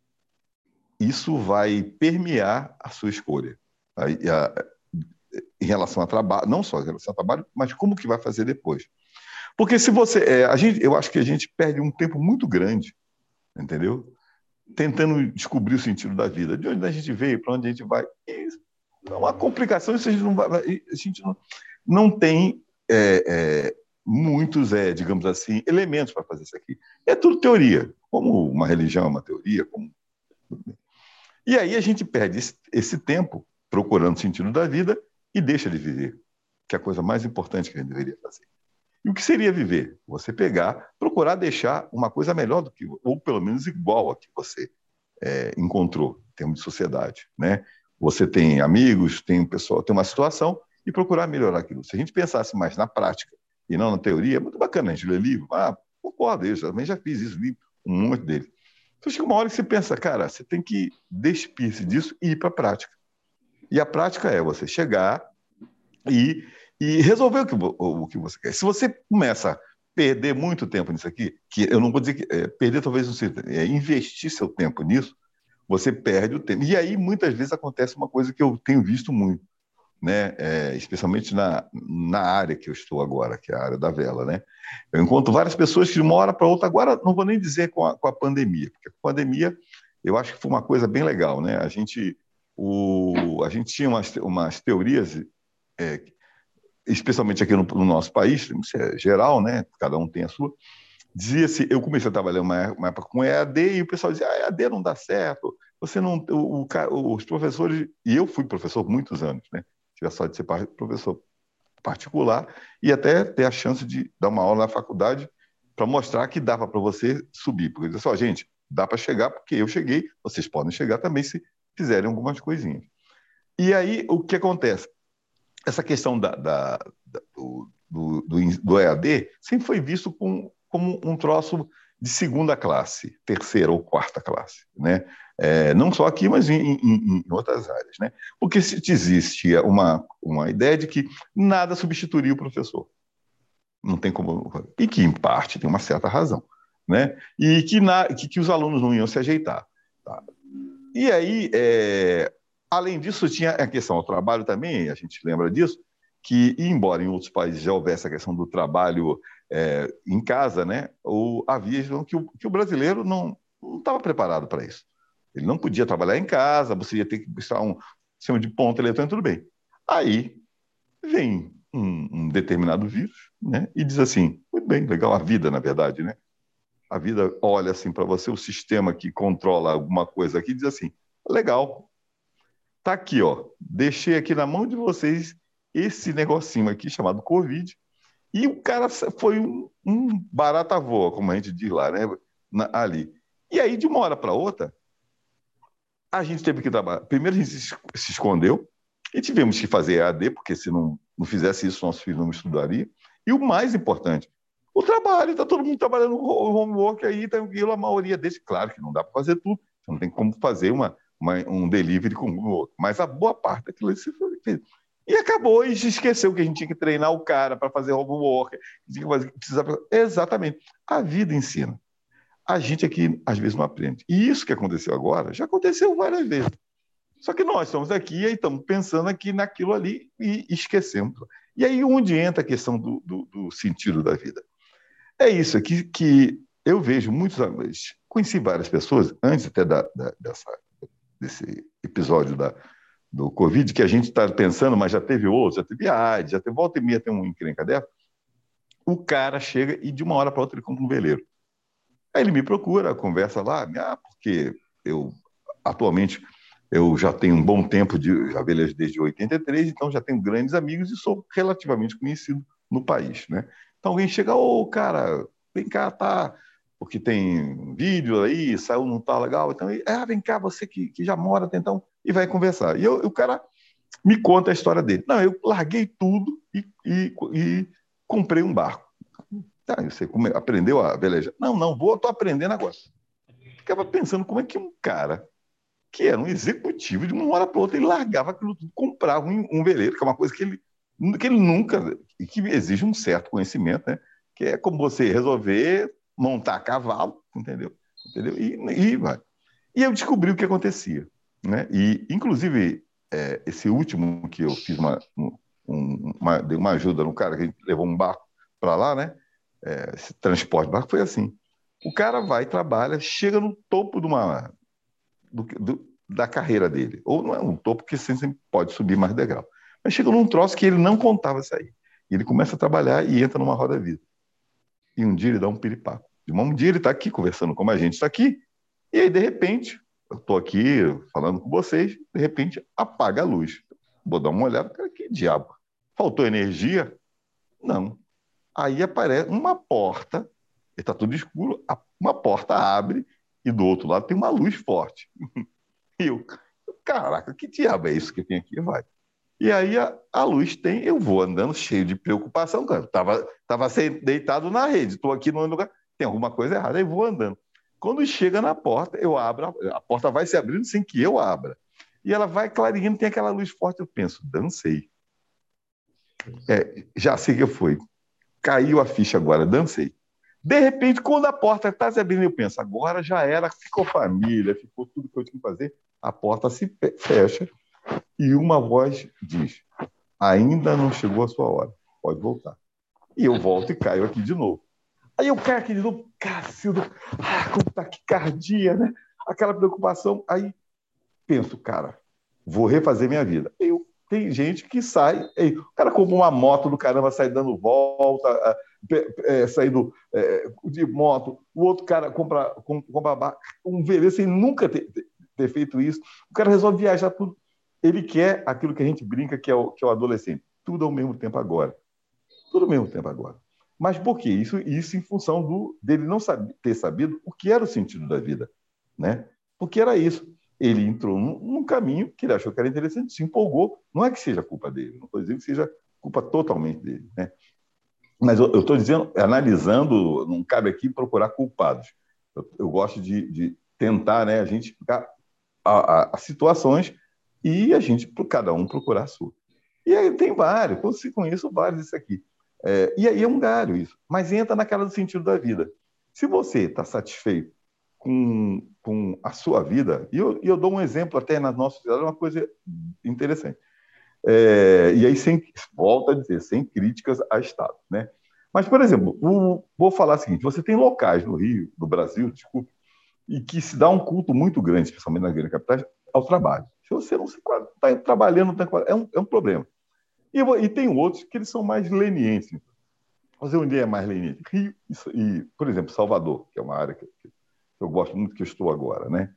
[SPEAKER 3] isso vai permear a sua escolha. A, a, em relação ao trabalho, não só em relação ao trabalho, mas como que vai fazer depois. Porque se você... É, a gente, eu acho que a gente perde um tempo muito grande, entendeu? Tentando descobrir o sentido da vida. De onde a gente veio, para onde a gente vai. E é uma complicação, isso a gente não, vai, a gente não, não tem... É, é, muitos, é, digamos assim, elementos para fazer isso aqui. É tudo teoria, como uma religião é uma teoria. Como... E aí a gente perde esse, esse tempo procurando o sentido da vida e deixa de viver, que é a coisa mais importante que a gente deveria fazer. E o que seria viver? Você pegar, procurar deixar uma coisa melhor do que, ou pelo menos igual a que você é, encontrou, em termos de sociedade. Né? Você tem amigos, tem um pessoal, tem uma situação, e procurar melhorar aquilo. Se a gente pensasse mais na prática, e não na teoria, é muito bacana a gente ler livro. Ah, concordo, eu também já fiz isso, li um monte dele. Então chega uma hora que você pensa, cara, você tem que despir-se disso e ir para a prática. E a prática é você chegar e, e resolver o que, o, o que você quer. Se você começa a perder muito tempo nisso aqui, que eu não vou dizer que é, perder talvez não seja, é investir seu tempo nisso, você perde o tempo. E aí muitas vezes acontece uma coisa que eu tenho visto muito. Né? É, especialmente na, na área que eu estou agora, que é a área da vela. Né? Eu encontro várias pessoas que de uma hora para outra, agora não vou nem dizer com a, com a pandemia, porque a pandemia eu acho que foi uma coisa bem legal. Né? A, gente, o, a gente tinha umas, umas teorias, é, especialmente aqui no, no nosso país, isso é geral, né? Cada um tem a sua, dizia-se, eu comecei a trabalhar uma, uma época com E A D e o pessoal dizia, ah, E A D não dá certo, você não, o, o, os professores, e eu fui professor por muitos anos, né? Tive a sorte de ser professor particular e até ter a chance de dar uma aula na faculdade para mostrar que dava para você subir. Porque eu disse, ó, gente, dá para chegar porque eu cheguei, vocês podem chegar também se fizerem algumas coisinhas. E aí, o que acontece? Essa questão da, da, da, do, do, do E A D sempre foi visto com, como um troço de segunda classe, terceira ou quarta classe, né? É, não só aqui, mas em, em, em outras áreas, né? Porque se existia uma, uma ideia de que nada substituiria o professor. Não tem como... E que, em parte, tem uma certa razão, né? E que, na, que, que os alunos não iam se ajeitar. Tá? E aí, é, além disso, tinha a questão do trabalho também, a gente lembra disso, que, embora em outros países já houvesse a questão do trabalho é, em casa, né? Ou havia que o, que o brasileiro não estava preparado para isso. Ele não podia trabalhar em casa, você ia ter que buscar um sistema de ponta eletrônica, tudo bem. Aí vem um, um determinado vírus, né, e diz assim, muito bem, legal, a vida, na verdade, né? A vida olha assim para você, o sistema que controla alguma coisa aqui, diz assim, legal, tá aqui, ó, deixei aqui na mão de vocês esse negocinho aqui chamado Covid, e o cara foi um, um barata voa, como a gente diz lá, né, na, ali. E aí, de uma hora para outra, a gente teve que trabalhar. Primeiro a gente se escondeu e tivemos que fazer E A D, porque se não, não fizesse isso, nossos filhos não estudariam. E o mais importante, o trabalho. Está todo mundo trabalhando no homework aí, tá, a maioria desse. Claro que não dá para fazer tudo, não tem como fazer uma, uma, um delivery com o outro. Mas a boa parte daquilo se fez. E acabou, e se esqueceu que a gente tinha que treinar o cara para fazer homework. Precisava... Exatamente. A vida ensina. A gente aqui, às vezes, não aprende. E isso que aconteceu agora, já aconteceu várias vezes. Só que nós estamos aqui e estamos pensando aqui naquilo ali e esquecemos. E aí onde entra a questão do, do, do sentido da vida? É isso aqui que eu vejo muitos amigos. Conheci várias pessoas, antes até da, da, dessa, desse episódio da, do Covid, que a gente está pensando, mas já teve outros, já teve AIDS, já teve volta e meia, tem um encrenca dessa. O cara chega e de uma hora para outra ele compra um veleiro. Aí ele me procura, conversa lá, ah, porque eu, atualmente, eu já tenho um bom tempo, de, já velejo desde oitenta e três, então já tenho grandes amigos e sou relativamente conhecido no país, né? Então alguém chega, ô, cara, vem cá, tá, porque tem vídeo aí, saiu não tá legal, então, ah, vem cá, você que, que já mora, então, e vai conversar. E eu, o cara me conta a história dele. Não, eu larguei tudo e, e, e comprei um barco. Tá, você come, aprendeu a velejar? Não, não, vou, tô aprendendo agora. Ficava pensando como é que um cara que era um executivo de uma hora para outra, ele largava aquilo tudo, comprava um, um veleiro, que é uma coisa que ele, que ele nunca, que exige um certo conhecimento, né? Que é como você resolver montar cavalo, entendeu? entendeu? E, e vai. E eu descobri o que acontecia, né? E, inclusive, é, esse último que eu fiz uma, um, uma, dei uma ajuda no cara, que a gente levou um barco para lá, né? É, esse transporte de barco foi assim. O cara vai, trabalha, chega no topo de uma... Do, do, da carreira dele. Ou não é um topo, porque você sempre pode subir mais degrau. Mas chega num troço que ele não contava sair. E ele começa a trabalhar e entra numa roda-vida. E um dia ele dá um piripaco. Um dia ele está aqui conversando como a gente está aqui, e aí, de repente, eu estou aqui falando com vocês, de repente, apaga a luz. Vou dar uma olhada, cara, que diabo? Faltou energia? Não. Aí aparece uma porta, está tudo escuro, uma porta abre, e do outro lado tem uma luz forte. E eu, caraca, que diabo é isso que tem aqui? Vai. E aí a, a luz tem, eu vou andando cheio de preocupação, cara. Tava, tava deitado na rede, estou aqui no lugar, tem alguma coisa errada, aí vou andando. Quando chega na porta, eu abro, a, a porta vai se abrindo sem que eu abra. E ela vai clareando, tem aquela luz forte, eu penso, dancei. É, já sei que foi. Caiu a ficha agora, dancei. De repente, quando a porta está se abrindo, eu penso, agora já era, ficou família, ficou tudo que eu tinha que fazer. A porta se fecha e uma voz diz, ainda não chegou a sua hora, pode voltar. E eu volto e caio aqui de novo. Aí eu caio aqui de novo, Cacildo, ah, como taquicardia, né? Aquela preocupação. Aí penso, cara, vou refazer minha vida. Eu, tem gente que sai, aí, o cara compra uma moto do caramba, sai dando volta, é, é, saindo é, de moto, o outro cara compra, compra um veleiro sem nunca ter, ter feito isso. O cara resolve viajar tudo. Ele quer aquilo que a gente brinca que é o, que é o adolescente. Tudo ao mesmo tempo agora. Tudo ao mesmo tempo agora. Mas por quê? Isso, isso em função do, dele não saber, ter sabido o que era o sentido da vida, né? Porque era isso. Ele entrou num, num caminho que ele achou que era interessante, se empolgou. Não é que seja culpa dele, não estou dizendo que seja culpa totalmente dele, né? Mas eu estou dizendo, analisando, não cabe aqui procurar culpados. Eu, eu gosto de, de tentar, né, a gente explicar as situações e a gente, cada um, procurar a sua. E aí tem vários, quando se conhece vários isso aqui. É, e aí é um galho isso, mas entra naquela do sentido da vida. Se você está satisfeito com, com a sua vida, e eu, e eu dou um exemplo até na nossa sociedade, uma coisa interessante. É, e aí, sem, volta a dizer, sem críticas a Estado, né? Mas, por exemplo, o, vou falar o seguinte, você tem locais no Rio, no Brasil, desculpe, e que se dá um culto muito grande, especialmente nas grandes capitais, ao trabalho. Se você não está trabalhando, tá, é, um, é um problema. E, e tem outros que eles são mais lenientes. Fazer um dia é mais leniente. Rio, isso, e, por exemplo, Salvador, que é uma área que, que eu gosto muito, que eu estou agora, né?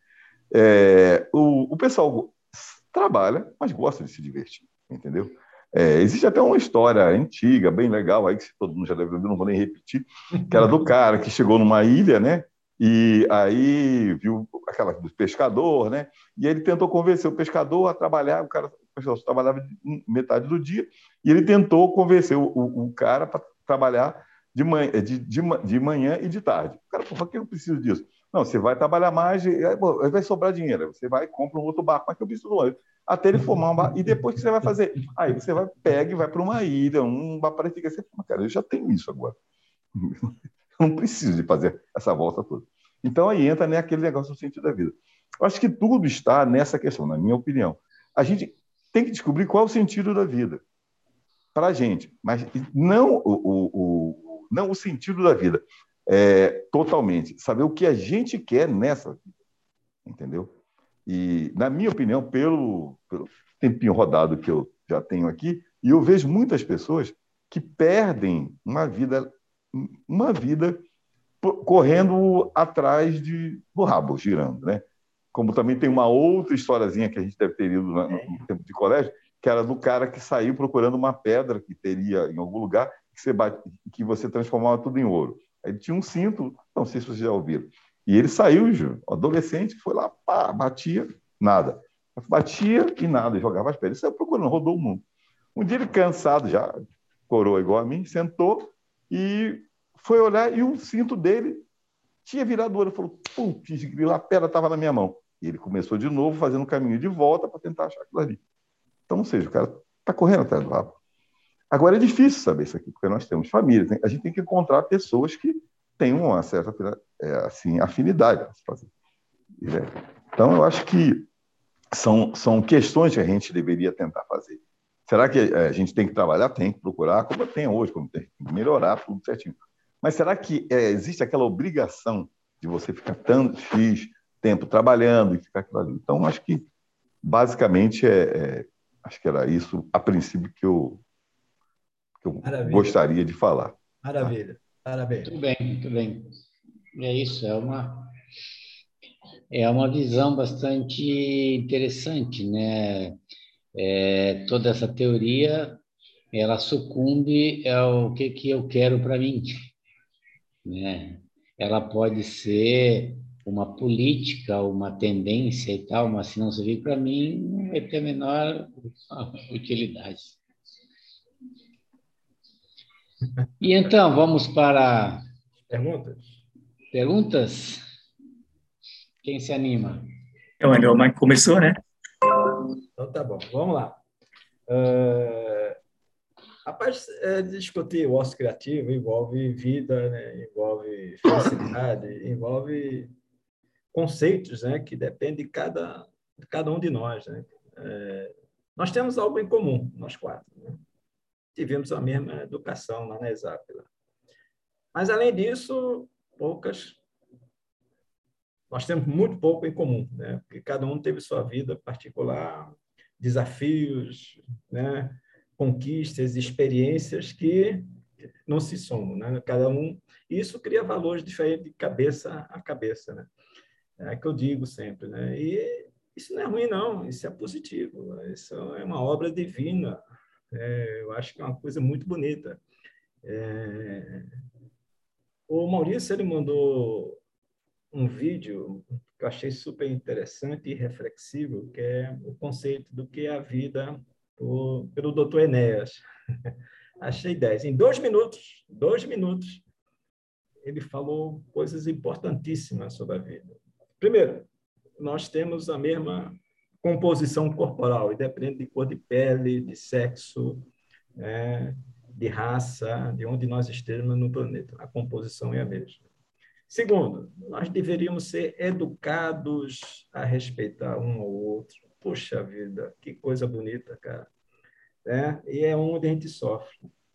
[SPEAKER 3] É, o, o pessoal trabalha, mas gosta de se divertir, entendeu? É, existe até uma história antiga, bem legal, aí que todo mundo já deve ver, não vou nem repetir, que era do cara que chegou numa ilha, né? E aí viu aquela do pescador, né? E ele tentou convencer o pescador a trabalhar, o cara o pescador trabalhava metade do dia, e ele tentou convencer o, o, o cara para trabalhar de manhã, de, de, de manhã e de tarde. O cara, por que eu preciso disso? Não, você vai trabalhar mais, e, aí, pô, vai sobrar dinheiro, você vai e compra um outro barco, mas que eu preciso do até ele formar um barco, e depois que você vai fazer? Aí você vai, pega e vai para uma ilha, um barco para ficar, você fala, cara, eu já tenho isso agora. Eu não preciso de fazer essa volta toda. Então, aí entra, né, aquele negócio do sentido da vida. Eu acho que tudo está nessa questão, na minha opinião. A gente tem que descobrir qual é o sentido da vida para a gente, mas não o, o, o, não o sentido da vida é, totalmente. Saber o que a gente quer nessa vida, entendeu? E, na minha opinião, pelo, pelo tempinho rodado que eu já tenho aqui, e eu vejo muitas pessoas que perdem uma vida uma vida correndo atrás de, do rabo, girando, né? Como também tem uma outra historiazinha que a gente deve ter ido no, no tempo de colégio, que era do cara que saiu procurando uma pedra que teria em algum lugar que você, bate, que você transformava tudo em ouro. Aí ele tinha um cinto, não sei se vocês já ouviram. E ele saiu, Ju, adolescente, foi lá, pá, batia, nada. Batia e nada, jogava as pedras. Ele saiu procurando, rodou o mundo. Um dia ele, cansado já, coroa igual a mim, sentou e foi olhar e o cinto dele tinha virado o olho. Ele falou, putz, a pedra estava na minha mão. E ele começou de novo, fazendo um caminho de volta para tentar achar aquilo ali. Então, ou seja, o cara está correndo atrás do rabo. Agora é difícil saber isso aqui, porque nós temos famílias. Né? A gente tem que encontrar pessoas que tenham uma certa é, assim, afinidade para se fazer. Então, eu acho que são, são questões que a gente deveria tentar fazer. Será que a gente tem que trabalhar? Tem que procurar, como tem hoje, como tem que melhorar tudo certinho. Mas será que é, existe aquela obrigação de você ficar tanto X tempo trabalhando e ficar aquilo ali? Então, acho que, basicamente, é, é, acho que era isso, a princípio, que eu, que eu gostaria de falar.
[SPEAKER 2] Maravilha. Tá? Parabéns.
[SPEAKER 1] Muito bem, muito bem. É isso, é uma, é uma visão bastante interessante, né? É, toda essa teoria, ela sucumbe ao que, que eu quero para mim, né? Ela pode ser uma política, uma tendência e tal, mas se não servir para mim, não vai ter a menor utilidade. E então, vamos para...
[SPEAKER 2] Perguntas?
[SPEAKER 1] Perguntas? Quem se anima?
[SPEAKER 4] Então, o Mike começou, né?
[SPEAKER 2] Então, tá bom. Vamos lá. Uh, rapaz, é, discutir o ócio criativo envolve vida, né? Envolve felicidade, envolve conceitos, né? Que dependem de cada, de cada um de nós, né? É, nós temos algo em comum, nós quatro, né? Tivemos a mesma educação lá na ESAP. Lá. Mas, além disso, poucas... Nós temos muito pouco em comum, né? Porque cada um teve sua vida particular, desafios, né? Conquistas, experiências que não se somam, né? Cada um... Isso cria valores diferentes de cabeça a cabeça, né? É que eu digo sempre, né? E isso não é ruim, não. Isso é positivo. Isso é uma obra divina. É, eu acho que é uma coisa muito bonita. É... O Maurício, ele mandou um vídeo que eu achei super interessante e reflexivo, que é o conceito do que é a vida por, pelo doutor Enéas. Achei dez. Em dois minutos, dois minutos, ele falou coisas importantíssimas sobre a vida. Primeiro, nós temos a mesma composição corporal, independente de cor de pele, de sexo, né, de raça, de onde nós estejamos no planeta. A composição é a mesma. Segundo, nós deveríamos ser educados a respeitar um ao outro. Poxa vida, que coisa bonita, cara. É, e é onde a gente sofre.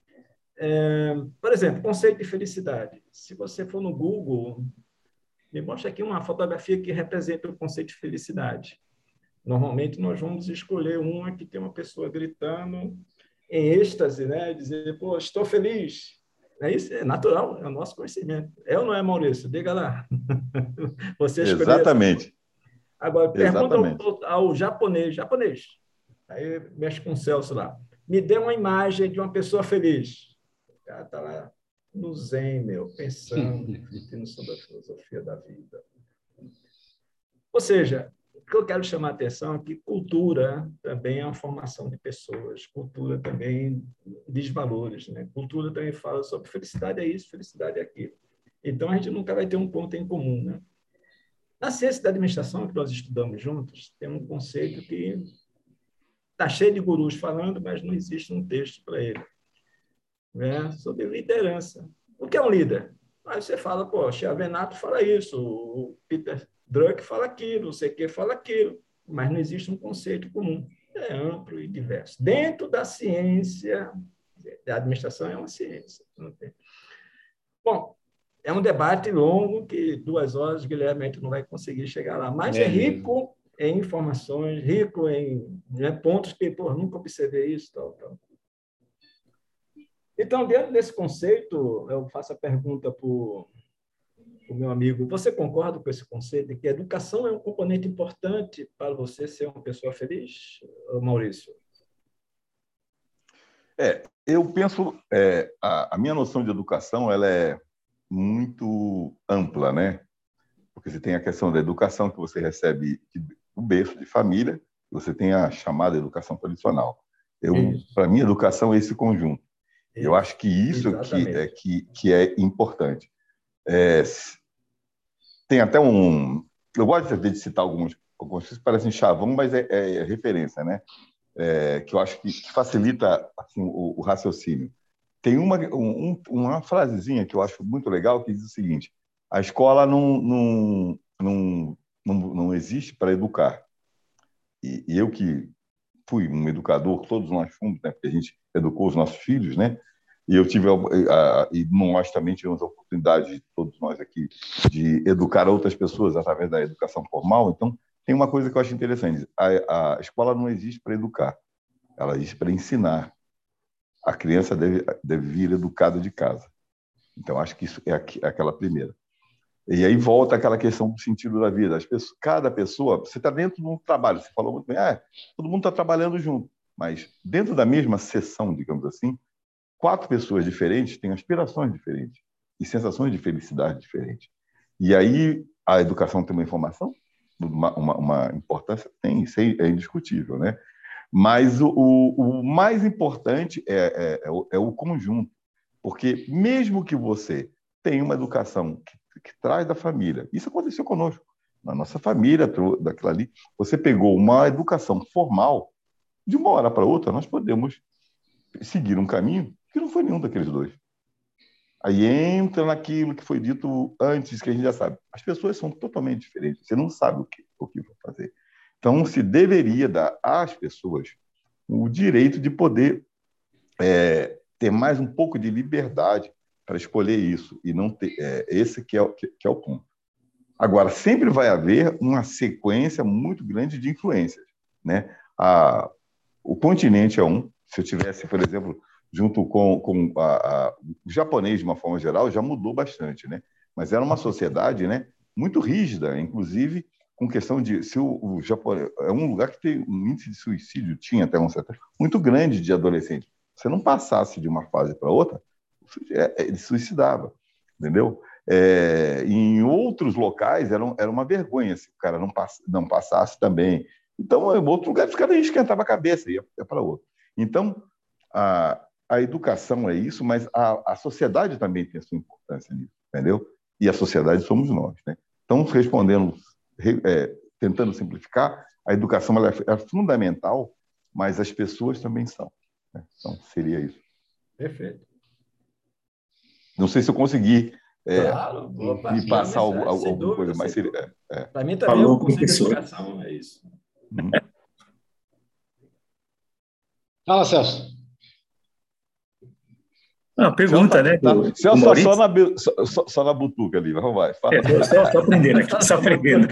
[SPEAKER 2] É, por exemplo, conceito de felicidade. Se você for no Google, me mostra aqui uma fotografia que representa o conceito de felicidade. Normalmente, nós vamos escolher uma que tem uma pessoa gritando em êxtase, né? Dizer, pô, estou feliz. É isso, é natural, é o nosso conhecimento. É ou não é, Maurício? Diga lá. Você escolheu.
[SPEAKER 3] Exatamente.
[SPEAKER 2] Agora, pergunta ao, ao japonês, japonês. Aí mexe com o Celso lá. Me dê uma imagem de uma pessoa feliz. O cara está lá no zen, meu, pensando, refletindo sobre a filosofia da vida. Ou seja, o que eu quero chamar a atenção é que cultura também é uma formação de pessoas, cultura também diz valores, né? Cultura também fala sobre felicidade é isso, felicidade é aquilo. Então, a gente nunca vai ter um ponto em comum, né? Na ciência da administração, que nós estudamos juntos, tem um conceito que está cheio de gurus falando, mas não existe um texto para ele, né? Sobre liderança. O que é um líder? Aí você fala, pô, Chiavenato fala isso, o Peter Drucker fala aquilo, o C Q fala aquilo, mas não existe um conceito comum. É amplo e diverso. Dentro da ciência, a administração é uma ciência. Não tem. Bom, é um debate longo que duas horas, Guilherme, a gente não vai conseguir chegar lá, mas é, é rico em informações, rico em, né, pontos que, pô, nunca observei isso, tal, tal. Então, dentro desse conceito, eu faço a pergunta para o meu amigo, você concorda com esse conceito de que a educação é um componente importante para você ser uma pessoa feliz, Maurício?
[SPEAKER 3] É, eu penso, é, a, a minha noção de educação ela é muito ampla, né? Porque você tem a questão da educação que você recebe do berço de família, você tem a chamada educação tradicional. Para mim, educação é esse conjunto. Isso. Eu acho que isso que é, que, que é importante. É, tem até um... Eu gosto de citar alguns, alguns que parecem chavão, mas é, é referência, né? É, que eu acho que, que facilita assim, o, o raciocínio. Tem uma, um, uma frasezinha que eu acho muito legal que diz o seguinte: a escola não, não, não, não, não existe para educar. E, e eu que fui um educador, todos nós fomos, né, porque a gente educou os nossos filhos, né? E eu tive, a, a, e nós também tivemos a oportunidade, todos nós aqui, de educar outras pessoas através da educação formal. Então, tem uma coisa que eu acho interessante: a, a escola não existe para educar, ela existe para ensinar. A criança deve, deve vir educada de casa. Então, acho que isso é, é aquela primeira. E aí volta aquela questão do sentido da vida. As pessoas, cada pessoa, você está dentro de um trabalho, você falou muito bem, ah, todo mundo está trabalhando junto, mas dentro da mesma sessão, digamos assim, quatro pessoas diferentes têm aspirações diferentes e sensações de felicidade diferentes. E aí a educação tem uma informação, uma, uma, uma importância, tem, isso é indiscutível, né? Mas o, o, o mais importante é, é, é, o, é o conjunto, porque mesmo que você tenha uma educação que, que traz da família, isso aconteceu conosco, na nossa família, daquilo ali, você pegou uma educação formal, de uma hora para outra nós podemos seguir um caminho que não foi nenhum daqueles dois. Aí entra naquilo que foi dito antes, que a gente já sabe. As pessoas são totalmente diferentes, você não sabe o que, o que vai fazer. Então, se deveria dar às pessoas o direito de poder é, ter mais um pouco de liberdade para escolher isso, e não ter... É, esse que é, que, que é o ponto. Agora, sempre vai haver uma sequência muito grande de influências, né? A, o continente é um. Se eu tivesse, por exemplo, junto com, com a, a, o japonês, de uma forma geral, já mudou bastante, né? Mas era uma sociedade, né, muito rígida, inclusive com questão de... Se o, o Japão é um lugar que tem um índice de suicídio, tinha até um certo, muito grande de adolescentes. Se não passasse de uma fase para outra, ele se suicidava, entendeu? É, em outros locais era, era uma vergonha se o cara não, pass, não passasse também. Então, em outro lugar, os caras esquentavam a cabeça, ia, ia para outro. Então, a, a educação é isso, mas a, a sociedade também tem a sua importância nisso, entendeu? E a sociedade somos nós, né? Então, respondendo, é, tentando simplificar, a educação ela é, é fundamental, mas as pessoas também são, né? Então, seria isso.
[SPEAKER 2] Perfeito.
[SPEAKER 3] Não sei se eu consegui é,
[SPEAKER 2] claro,
[SPEAKER 3] me passar alguma, alguma coisa, mas seria... É, é.
[SPEAKER 2] Para mim também Falou, o conceito de educação é isso. Uhum.
[SPEAKER 1] Fala, Celso.
[SPEAKER 4] Não, pergunta,
[SPEAKER 3] Celso,
[SPEAKER 4] né?
[SPEAKER 3] Tá,
[SPEAKER 4] do,
[SPEAKER 3] Celso
[SPEAKER 4] do
[SPEAKER 3] tá só, na, só, só, só na butuca ali, vamos lá.
[SPEAKER 4] É, só, só aprendendo aqui, só aprendendo.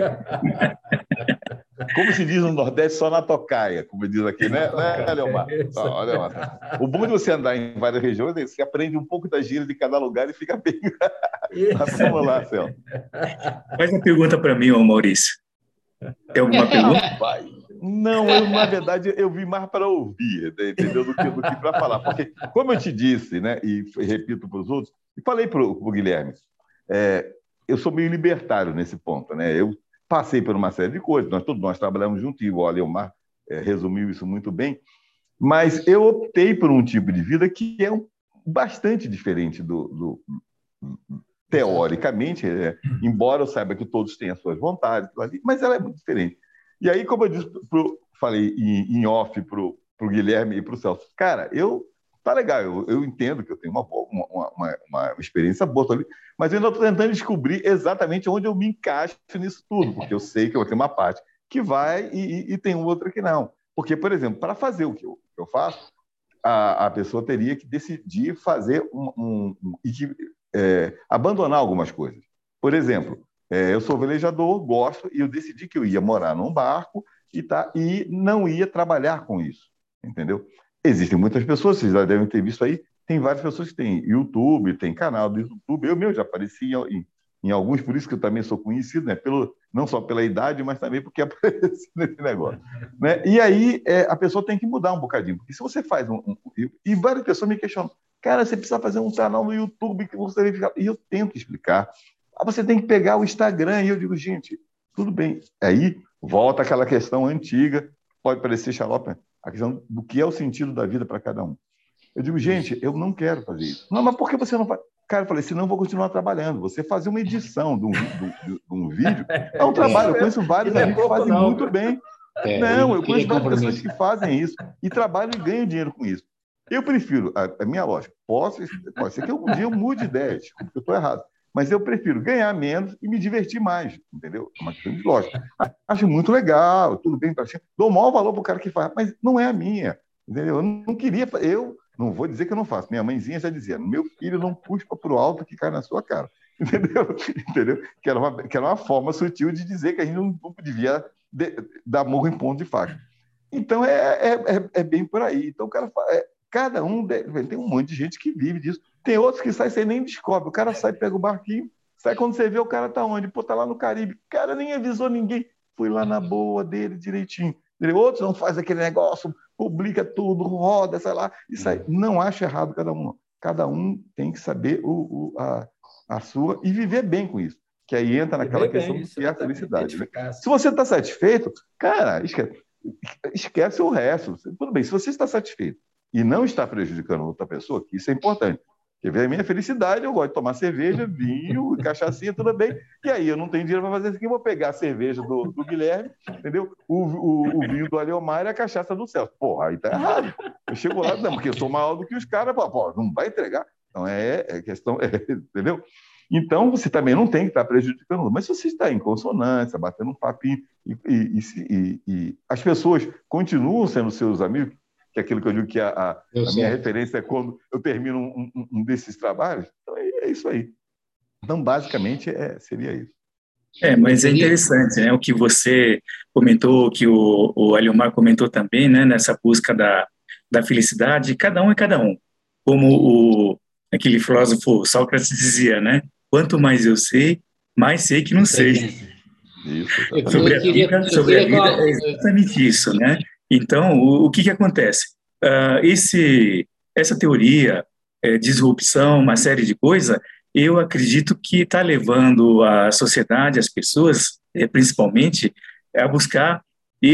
[SPEAKER 3] Como se diz no Nordeste, só na tocaia, como diz aqui, né, né Leomar? Não, Leomar. O bom de você andar em várias regiões é que você aprende um pouco da gíria de cada lugar e fica bem. Mas vamos lá, Celso.
[SPEAKER 4] Faz uma pergunta para mim, ô Maurício. Tem alguma pergunta?
[SPEAKER 3] Vai. Não, eu, na verdade, eu vim mais para ouvir, entendeu? Do que, do que para falar. Porque, como eu te disse, né, e repito para os outros, e falei para o Guilherme, é, eu sou meio libertário nesse ponto, né? Eu passei por uma série de coisas, nós todos nós trabalhamos juntos, e o Leomar é, resumiu isso muito bem, mas eu optei por um tipo de vida que é um, bastante diferente do... do teoricamente, é, embora eu saiba que todos têm as suas vontades, mas ela é muito diferente. E aí, como eu disse, pro, falei em, em off para o Guilherme e para o Celso, cara, eu tá legal, eu, eu entendo que eu tenho uma, uma, uma, uma experiência boa ali, mas eu ainda estou tentando descobrir exatamente onde eu me encaixo nisso tudo, porque eu sei que eu tenho uma parte que vai e, e tem outra que não. Porque, por exemplo, para fazer o que eu, que eu faço, a, a pessoa teria que decidir fazer um... um, um é, abandonar algumas coisas. Por exemplo, é, eu sou velejador, gosto, e eu decidi que eu ia morar num barco e, tá, e não ia trabalhar com isso, entendeu? Existem muitas pessoas, vocês já devem ter visto aí, tem várias pessoas que têm YouTube, tem canal do YouTube, eu mesmo já apareci em, em alguns, por isso que eu também sou conhecido, né? Pelo, não só pela idade, mas também porque apareci nesse negócio. Né? E aí é, a pessoa tem que mudar um bocadinho, porque se você faz um... um e várias pessoas me questionam, Cara, você precisa fazer um canal no YouTube que você vai ficar... E eu tento explicar. Ah, você tem que pegar o Instagram. E eu digo, gente, tudo bem. Aí volta aquela questão antiga, pode parecer xarope, a questão do que é o sentido da vida para cada um. Eu digo, gente, eu não quero fazer isso. Não, mas por que você não faz? Cara, eu falei, senão eu vou continuar trabalhando. Você fazer uma edição de um, de, de um vídeo é um trabalho. Eu conheço vários amigos que fazem muito bem.
[SPEAKER 1] É,
[SPEAKER 3] não, eu
[SPEAKER 1] e
[SPEAKER 3] conheço
[SPEAKER 1] é
[SPEAKER 3] várias pessoas
[SPEAKER 1] compromisso.
[SPEAKER 3] que fazem isso e trabalham e ganham dinheiro com isso. Eu prefiro, a, a minha lógica, posso, pode ser que um dia eu mude de ideia, desculpa, eu estou errado, mas eu prefiro ganhar menos e me divertir mais, entendeu? É uma questão de lógica. Acho muito legal, tudo bem, dou o maior valor para o cara que faz, mas não é a minha, entendeu? Eu não queria, eu não vou dizer que eu não faço, minha mãezinha já dizia, meu filho não cuspa para o alto que cai na sua cara, entendeu? entendeu? Que, era uma, que era uma forma sutil de dizer que a gente não, não devia de, dar morro em ponto de faca. Então, é, é, é, é bem por aí. Então, o cara fala, é, cada um deve, tem um monte de gente que vive disso. Tem outros que saem, você nem descobre. O cara sai, pega o barquinho, sai quando você vê, o cara tá onde? Pô, tá lá no Caribe. O cara nem avisou ninguém. Fui lá na boa dele direitinho. Outros não faz aquele negócio, publica tudo, roda, sei lá. Isso aí. Não acho errado cada um. Cada um tem que saber o, o, a, a sua e viver bem com isso. Que aí entra naquela
[SPEAKER 2] Viver
[SPEAKER 3] questão
[SPEAKER 2] bem,
[SPEAKER 3] do que é a felicidade. Né?
[SPEAKER 2] identificar-se.
[SPEAKER 3] Se você está satisfeito, cara, esquece. Esquece o resto. Tudo bem, se você está satisfeito e não está prejudicando outra pessoa, que isso é importante. Porque a minha felicidade, eu gosto de tomar cerveja, vinho, cachaçinha, tudo bem. E aí eu não tenho dinheiro para fazer isso aqui, eu vou pegar a cerveja do, do Guilherme, entendeu? O, o, o vinho do Aliomar e a cachaça do Celso. Porra, aí tá errado. Eu chego lá, não, porque eu sou maior do que os caras, pô, não vai entregar. Então é, é questão, é, entendeu? Então, você também não tem que estar prejudicando, mas se você está em consonância, batendo um papinho, e, e, e, e as pessoas continuam sendo seus amigos, que é aquilo que eu digo que a, a, a minha referência é quando eu termino um, um, um desses trabalhos, então é, é isso aí. Então, basicamente, é, seria isso.
[SPEAKER 4] É, mas é interessante, né, o que você comentou, que o, o Aliomar comentou também, né, nessa busca da, da felicidade, cada um é cada um. Como o, aquele filósofo Sócrates dizia, né, quanto mais eu sei, mais sei que não sei.
[SPEAKER 3] Isso,
[SPEAKER 4] sobre a vida, sobre a vida é exatamente isso, né? Então, o, o que que acontece? Uh, esse, essa teoria, é, disrupção, uma série de coisas, eu acredito que está levando a sociedade, as pessoas, é, principalmente, a buscar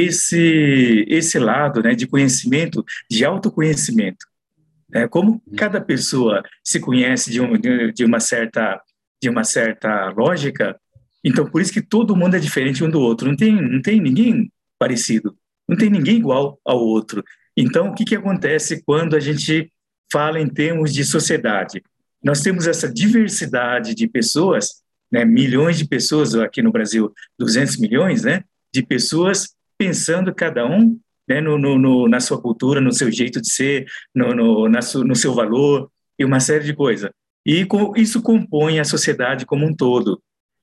[SPEAKER 4] esse, esse lado, né, de conhecimento, de autoconhecimento. É, como cada pessoa se conhece de, um, de, uma certa, de uma certa lógica, então por isso que todo mundo é diferente um do outro, não tem, não tem ninguém parecido, não tem ninguém igual ao outro. Então, o que, que acontece quando a gente fala em termos de sociedade? Nós temos essa diversidade de pessoas, né, milhões de pessoas aqui no Brasil, duzentos milhões, né, de pessoas pensando cada um, né, no, no, no, na sua cultura, no seu jeito de ser, no, no, na su, no seu valor e uma série de coisas. E com, isso compõe a sociedade como um todo.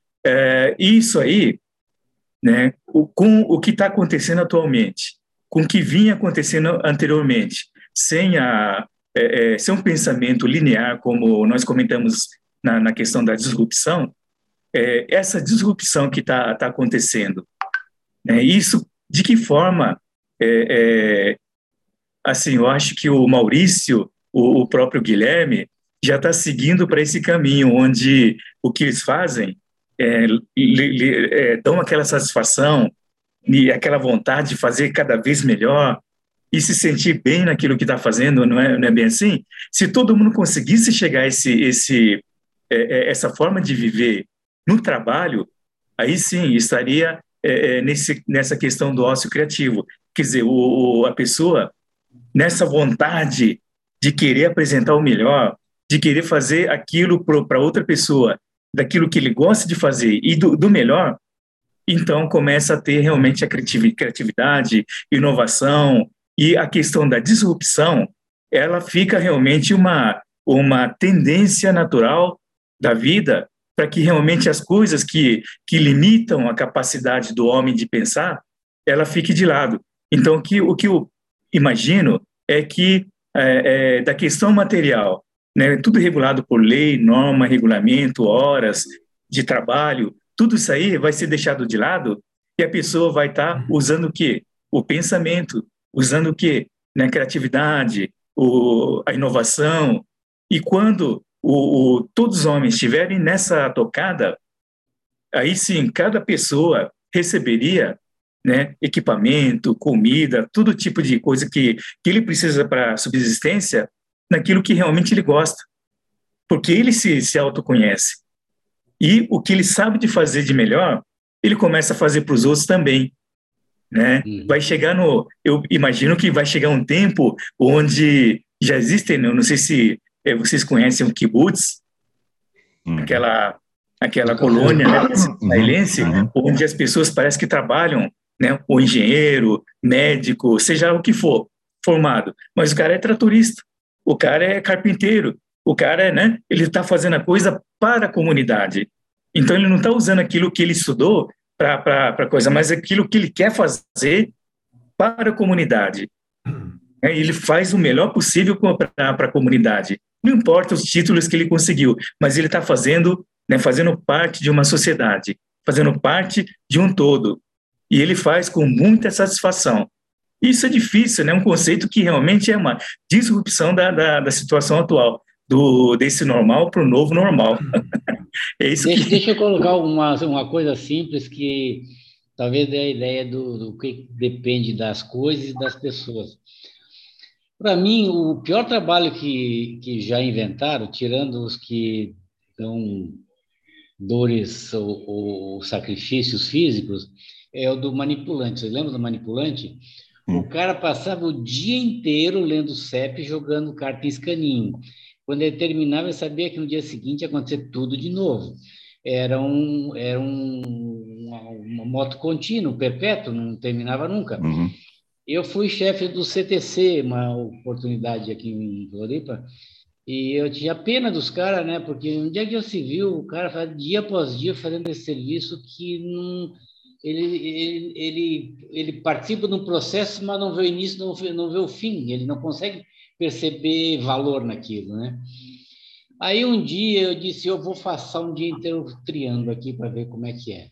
[SPEAKER 4] É, isso aí, né, o, com o que está acontecendo atualmente, com o que vinha acontecendo anteriormente, sem, a, é, é, sem um pensamento linear, como nós comentamos na, na questão da disrupção, é, essa disrupção que está tá acontecendo, né, isso, de que forma, é, é, assim, eu acho que o Maurício, o, o próprio Guilherme, já está seguindo para esse caminho, onde o que eles fazem é, li, li, é, dão aquela satisfação e aquela vontade de fazer cada vez melhor e se sentir bem naquilo que está fazendo, não é, não é bem assim? Se todo mundo conseguisse chegar a esse, esse, é, essa forma de viver no trabalho, aí sim estaria é, nesse, nessa questão do ócio criativo. Quer dizer, o, o, a pessoa, nessa vontade de querer apresentar o melhor, de querer fazer aquilo para outra pessoa, daquilo que ele gosta de fazer e do, do melhor, então começa a ter realmente a criatividade, inovação, e a questão da disrupção, ela fica realmente uma, uma tendência natural da vida para que realmente as coisas que, que limitam a capacidade do homem de pensar, ela fique de lado. Então, o que, o que eu imagino é que é, é, da questão material, né, tudo regulado por lei, norma, regulamento, horas de trabalho, tudo isso aí vai ser deixado de lado e a pessoa vai estar usando o quê? O pensamento, usando o quê? Na criatividade, o, a inovação, E quando o, o, todos os homens estiverem nessa tocada, aí sim, cada pessoa receberia, né, equipamento, comida, todo tipo de coisa que, que ele precisa para subsistência, naquilo que realmente ele gosta, porque ele se, se autoconhece. E o que ele sabe de fazer de melhor, ele começa a fazer para os outros também, né?
[SPEAKER 1] Uhum.
[SPEAKER 4] Vai chegar no... Eu imagino que vai chegar um tempo onde já existem, eu não sei se é, vocês conhecem o kibbutz,
[SPEAKER 3] Uhum.
[SPEAKER 4] aquela, aquela
[SPEAKER 1] Nunca
[SPEAKER 4] colônia, né,
[SPEAKER 3] Uhum.
[SPEAKER 4] israelense,
[SPEAKER 3] Uhum.
[SPEAKER 4] onde as pessoas parecem que trabalham, né, o engenheiro, médico, seja o que for, formado, mas o cara é tratorista, o cara é carpinteiro, o cara, né, ele está fazendo a coisa para a comunidade. Então ele não está usando aquilo que ele estudou para a coisa, mas aquilo que ele quer fazer para a comunidade. É, ele faz o melhor possível para a comunidade. Não importa os títulos que ele conseguiu, mas ele está fazendo, né, fazendo parte de uma sociedade, fazendo parte de um todo. E ele faz com muita satisfação. Isso é difícil, né? Um conceito que realmente é uma disrupção da, da, da situação atual, do, desse normal para o novo normal. É isso
[SPEAKER 1] Deixa,
[SPEAKER 4] que...
[SPEAKER 1] deixa eu colocar uma, uma coisa simples que talvez dê a ideia do, do que depende das coisas e das pessoas. Para mim, o pior trabalho que, que já inventaram, tirando os que dão dores ou, ou sacrifícios físicos, é o do manipulante. Vocês lembram do manipulante? O
[SPEAKER 3] Sim.
[SPEAKER 1] cara passava o dia inteiro lendo C E P e jogando carta em escaninho. Quando ele terminava, ele sabia que no dia seguinte ia acontecer tudo de novo. Era, um, era um, uma, uma moto contínua, perpétuo, não terminava nunca.
[SPEAKER 3] Uhum.
[SPEAKER 1] Eu fui chefe do C T C, uma oportunidade aqui em Floripa, e eu tinha pena dos caras, né? Porque onde é que já se viu o cara faz, dia após dia fazendo esse serviço que não, ele, ele, ele, ele participa de um processo, mas não vê o início, não vê, não vê o fim, ele não consegue perceber valor naquilo, né? Aí um dia eu disse, eu vou passar um dia inteiro triando aqui para ver como é que é.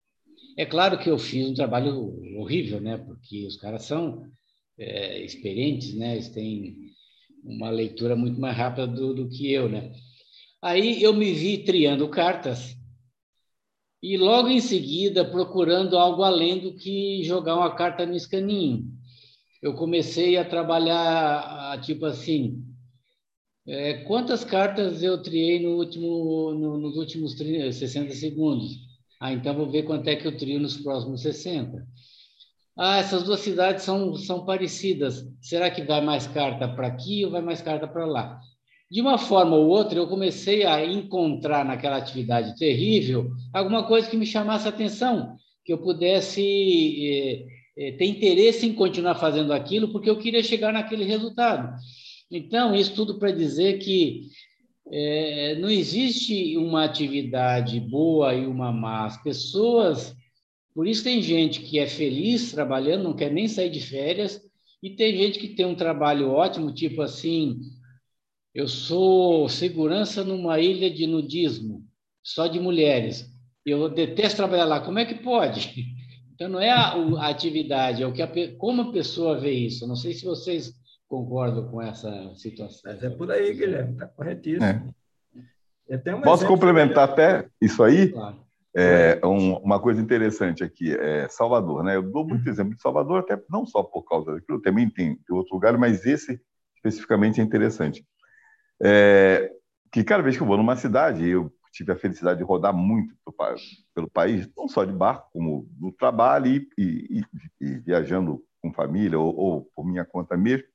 [SPEAKER 1] É claro que eu fiz um trabalho horrível, né? Porque os caras são é, experientes, né? Eles têm uma leitura muito mais rápida do, do que eu, né? Aí eu me vi triando cartas e logo em seguida procurando algo além do que jogar uma carta no escaninho. Eu comecei a trabalhar, tipo assim, é, quantas cartas eu triei no último, no, nos últimos trinta, sessenta segundos? Ah, então vou ver quanto é que eu trio nos próximos sessenta. Ah, essas duas cidades são, são parecidas. Será que vai mais carta para aqui ou vai mais carta para lá? De uma forma ou outra, eu comecei a encontrar naquela atividade terrível alguma coisa que me chamasse a atenção, que eu pudesse eh, eh, ter interesse em continuar fazendo aquilo, porque eu queria chegar naquele resultado. Então, isso tudo para dizer que é, não existe uma atividade boa e uma má. As pessoas... Por isso tem gente que é feliz trabalhando, não quer nem sair de férias, e tem gente que tem um trabalho ótimo, tipo assim, eu sou segurança numa ilha de nudismo, só de mulheres. Eu detesto trabalhar lá. Como é que pode? Então, não é a, a atividade, é o que a, como a pessoa vê isso. Não sei se vocês concordam com essa situação.
[SPEAKER 2] Mas é por aí, Guilherme, está corretíssimo.
[SPEAKER 3] É.
[SPEAKER 2] Eu tenho um
[SPEAKER 3] Posso
[SPEAKER 2] exemplo
[SPEAKER 3] complementar até isso aí?
[SPEAKER 1] Claro.
[SPEAKER 3] É, um, uma coisa interessante aqui é Salvador, né? Eu dou muito exemplo de Salvador, até não só por causa daquilo, também tem, tem outro lugar, mas esse especificamente é interessante. É, que cada vez que eu vou numa cidade, eu tive a felicidade de rodar muito pelo, pelo país, não só de barco, como no trabalho e, e, e, e viajando com família ou, ou por minha conta mesmo.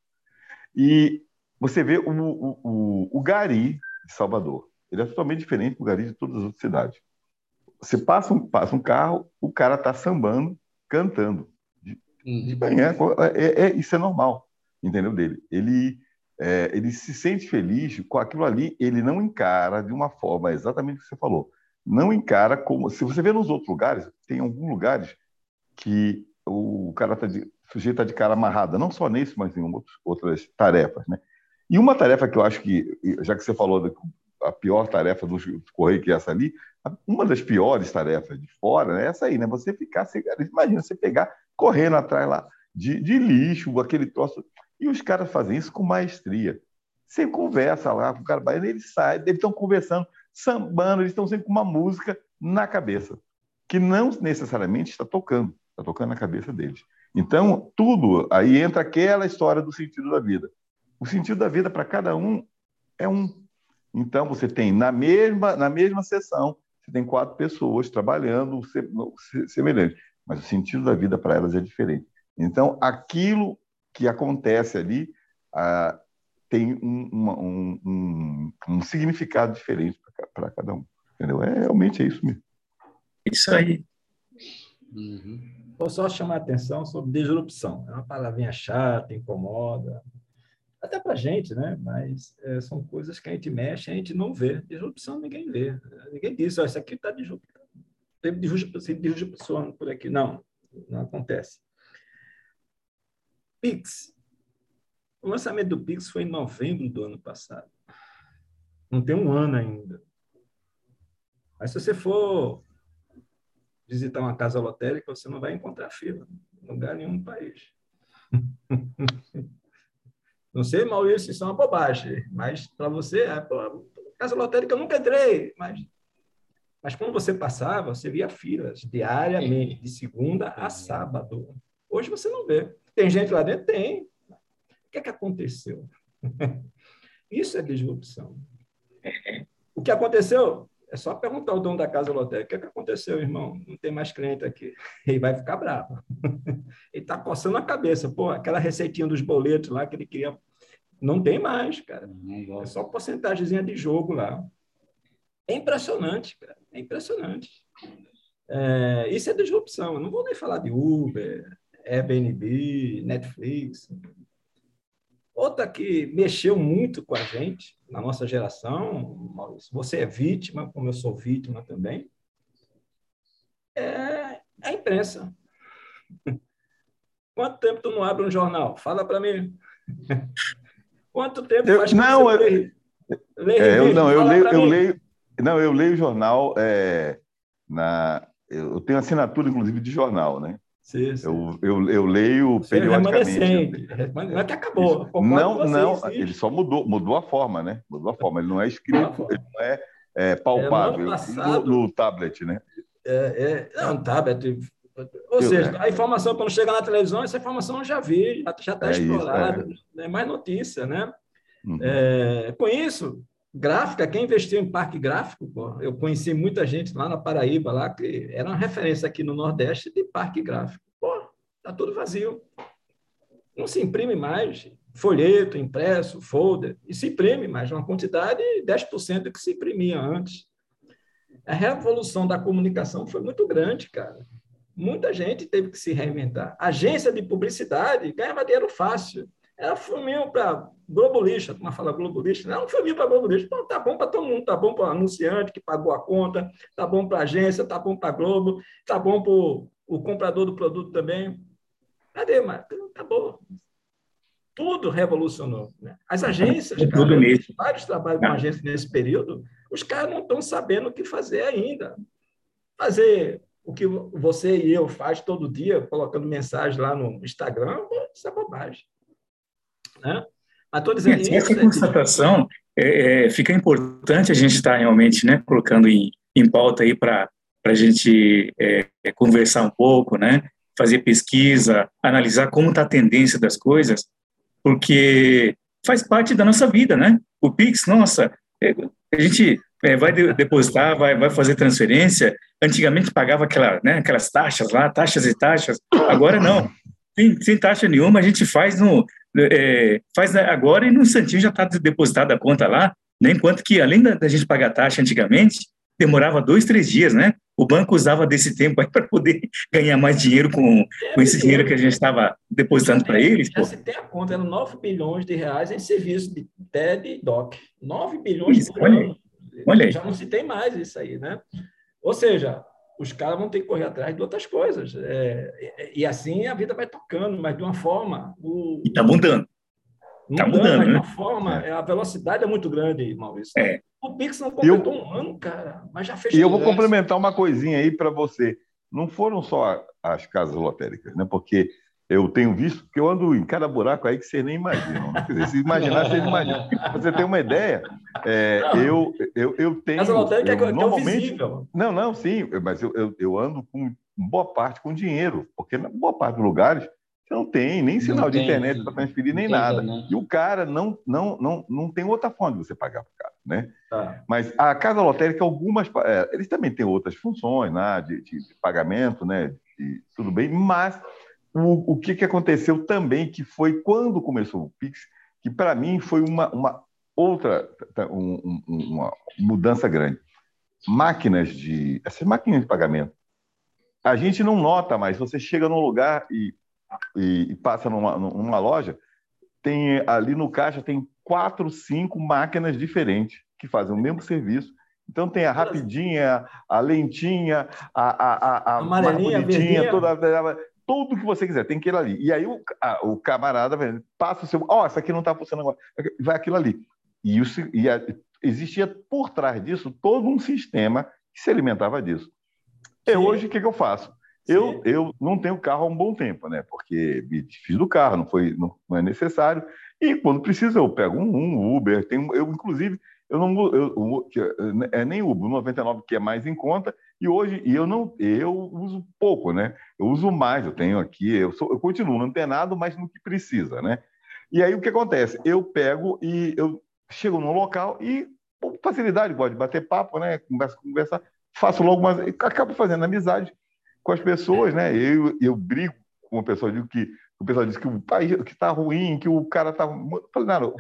[SPEAKER 3] E você vê o, o, o, o gari de Salvador. Ele é totalmente diferente do gari de todas as outras cidades. Você passa um, passa um carro, o cara está sambando, cantando. De,
[SPEAKER 1] Uhum.
[SPEAKER 3] de manhã, é, é, isso é normal, entendeu? Dele. Ele, é, ele se sente feliz com aquilo ali, ele não encara de uma forma, exatamente o que você falou, não encara como... Se você vê nos outros lugares, tem alguns lugares que o cara tá de, o sujeito está de cara amarrada, não só nesse, mas em outros, outras tarefas, né? E uma tarefa que eu acho que, já que você falou da a pior tarefa do Correio, que é essa ali, uma das piores tarefas de fora, né, é essa aí, né? Você ficar, você, imagina, você pegar, correndo atrás lá de, de lixo, aquele troço, e os caras fazem isso com maestria. Você conversa lá com o cara baiano, eles saem, eles estão conversando, sambando, eles estão sempre com uma música na cabeça, que não necessariamente está tocando, está tocando na cabeça deles. Então, tudo, aí entra aquela história do sentido da vida. O sentido da vida para cada um é um. Então, você tem, na mesma, na mesma sessão, você tem quatro pessoas trabalhando semelhante, mas o sentido da vida para elas é diferente. Então, aquilo que acontece ali ah, tem um, uma, um, um, um significado diferente para cada um. Entendeu? É, realmente é isso mesmo.
[SPEAKER 4] Isso aí.
[SPEAKER 2] Uhum. Vou só chamar a atenção sobre disrupção. É uma palavrinha chata, incomoda, até para a gente, né? Mas é, são coisas que a gente mexe e a gente não vê. Disrupção ninguém vê. Ninguém diz, ó, isso aqui está disruptando. Teve disrupção por aqui. Não, não acontece. Pix. O lançamento do Pix foi em novembro do ano passado. Não tem um ano ainda. Mas se você for visitar uma casa lotérica, você não vai encontrar fila em lugar nenhum no país. Não sei, Maurício, isso é uma bobagem, mas para você, é, pô, casa lotérica eu nunca entrei, mas, mas quando você passava, você via filas diariamente, de segunda a sábado. Hoje você não vê. Tem gente lá dentro? Tem. O que é que aconteceu? Isso é disrupção. O que aconteceu? É só perguntar ao dono da casa lotérica, o que é que aconteceu, irmão? Não tem mais cliente aqui. Ele vai ficar bravo. Ele está coçando a cabeça. Pô, aquela receitinha dos boletos lá que ele queria... Não tem mais, cara. É só porcentagemzinha de jogo lá. É impressionante, cara. É impressionante. É, isso é disrupção. Eu não vou nem falar de Uber, Airbnb, Netflix. Outra que mexeu muito com a gente, na nossa geração, Maurício, você é vítima, como eu sou vítima também, é a imprensa. Quanto tempo tu não abre um jornal? Fala para mim. Quanto tempo
[SPEAKER 3] eu,
[SPEAKER 2] faz
[SPEAKER 3] não,
[SPEAKER 2] que você
[SPEAKER 3] eu,
[SPEAKER 2] lê, lê
[SPEAKER 3] é, eu, não, eu leio, eu
[SPEAKER 2] mim.
[SPEAKER 3] leio, não, eu leio jornal, é, na, eu tenho assinatura, inclusive, de jornal, né?
[SPEAKER 2] Sim, sim.
[SPEAKER 3] Eu, eu, eu leio
[SPEAKER 2] Você
[SPEAKER 3] periodicamente.
[SPEAKER 2] É não é que acabou.
[SPEAKER 3] Não, não, ele só mudou, mudou a forma, né? Mudou a forma. Ele não é escrito, ele não é, é palpável.
[SPEAKER 2] É, passado,
[SPEAKER 3] no, no tablet, né?
[SPEAKER 2] É, é, não, tablet. Ou eu, seja, é. a informação, quando chega na televisão, essa informação eu já vi, já está é explorada, é. é mais notícia, né? Uhum. É, com isso, gráfica, quem investiu em parque gráfico, pô, eu conheci muita gente lá na Paraíba, lá, que era uma referência aqui no Nordeste de parque gráfico. Pô, está tudo vazio. Não se imprime mais folheto, impresso, folder, e se imprime mais, uma quantidade de dez por cento do que se imprimia antes. A revolução da comunicação foi muito grande, cara. Muita gente teve que se reinventar. Agência de publicidade ganhava dinheiro fácil. Era um filminho para Globo Lixo, como fala Globo Lixo, era um filminho para Globo Lixo. Então, tá bom para todo mundo, tá bom para o anunciante que pagou a conta, tá bom para a agência, tá bom para a Globo, tá bom para o comprador do produto também. Cadê, mas acabou. Tudo revolucionou. Né? As agências,
[SPEAKER 4] é
[SPEAKER 2] cara,
[SPEAKER 4] tudo mesmo.
[SPEAKER 2] Vários trabalhos com agência nesse período, os caras não estão sabendo o que fazer ainda. Fazer o que você e eu faz todo dia, colocando mensagem lá no Instagram, isso é bobagem. Né? Mas estou dizendo
[SPEAKER 4] isso. Essa constatação é, é, fica importante a gente estar realmente, né, colocando em, em pauta aí para a gente é, é, conversar um pouco, né, fazer pesquisa, analisar como está a tendência das coisas, porque faz parte da nossa vida, né? O Pix, nossa, é, a gente é, vai depositar, vai, vai fazer transferência. Antigamente pagava aquela, né, aquelas taxas lá, taxas e taxas. Agora não, sem, sem taxa nenhuma, a gente faz, no, é, faz agora e no instantinho já está depositada a conta lá, né? Enquanto que, além da, da gente pagar taxa antigamente, demorava dois, três dias, né? O banco usava desse tempo aí para poder ganhar mais dinheiro com, é, com esse dinheiro que a gente estava depositando para eles.
[SPEAKER 2] Já se tem a conta, eram nove bilhões de reais em serviço de T E D e D O C. nove bilhões
[SPEAKER 4] isso,
[SPEAKER 2] por
[SPEAKER 4] olha
[SPEAKER 2] ano.
[SPEAKER 4] Aí, olha aí.
[SPEAKER 2] Já não se tem mais isso aí, né? Ou seja, os caras vão ter que correr atrás de outras coisas. É, e, e assim a vida vai tocando, mas de uma forma... O...
[SPEAKER 4] E está mudando. Está mudando,
[SPEAKER 2] mas de
[SPEAKER 4] né?
[SPEAKER 2] uma forma... É. A velocidade é muito grande, Maurício.
[SPEAKER 4] É.
[SPEAKER 2] O Pix não completou eu, um ano, cara, mas já fez.
[SPEAKER 3] E eu vou complementar uma coisinha aí para você. Não foram só as casas lotéricas, né? Porque Eu tenho visto, porque eu ando em cada buraco aí que vocês nem imaginam. Quer dizer, se imaginar, vocês imaginam. Pra você ter uma ideia, é, eu, eu, eu tenho...
[SPEAKER 2] Casa lotérica
[SPEAKER 3] eu,
[SPEAKER 2] que é
[SPEAKER 3] normalmente,
[SPEAKER 2] visível.
[SPEAKER 3] Não, não, sim, mas eu, eu, eu ando com boa parte com dinheiro, porque na boa parte dos lugares você não tem nem sinal
[SPEAKER 1] Não
[SPEAKER 3] de
[SPEAKER 1] tem,
[SPEAKER 3] internet para transferir,
[SPEAKER 1] não
[SPEAKER 3] nem
[SPEAKER 1] tem
[SPEAKER 3] nada.
[SPEAKER 1] internet.
[SPEAKER 3] E o cara não, não, não, não tem outra forma de você pagar para o cara, né?
[SPEAKER 2] Tá.
[SPEAKER 3] Mas a casa lotérica, algumas... é, eles também têm outras funções, né, de, de pagamento, né? De, tudo bem, mas... O, o que, que aconteceu também, que foi quando começou o Pix, que para mim foi uma, uma outra um, um, uma mudança grande. Máquinas de... Essas máquinas de pagamento. A gente não nota mais. Você chega num lugar e, e, e passa numa, numa loja, tem ali no caixa tem quatro, cinco máquinas diferentes que fazem o mesmo serviço. Então tem a rapidinha, a lentinha, a, a, a, a mais bonitinha, toda... Tudo que você quiser, tem aquilo ali. E aí o, a, o camarada passa o seu... Ó, oh, isso aqui não está funcionando agora. Vai aquilo ali. E, isso, e a, existia por trás disso todo um sistema que se alimentava disso. E hoje, o que, que eu faço? Eu, eu não tenho carro há um bom tempo, né? Porque me desfiz do carro, não, foi, não, não é necessário. E quando precisa, eu pego um, um Uber. Tenho, eu, inclusive, eu não eu, eu, é nem Uber, o noventa e nove que é mais em conta. E hoje e eu não eu uso pouco, né? Eu uso mais, eu tenho aqui, eu, sou, eu continuo antenado, mas no que precisa, né? E aí o que acontece? Eu pego e eu chego num local e, com facilidade, pode bater papo, né? Conversa, conversar, faço logo umas. Acabo fazendo amizade com as pessoas, né? Eu, eu brigo com uma pessoa, digo que o pessoal diz que o país que está ruim, que o cara está. Eu falei, não,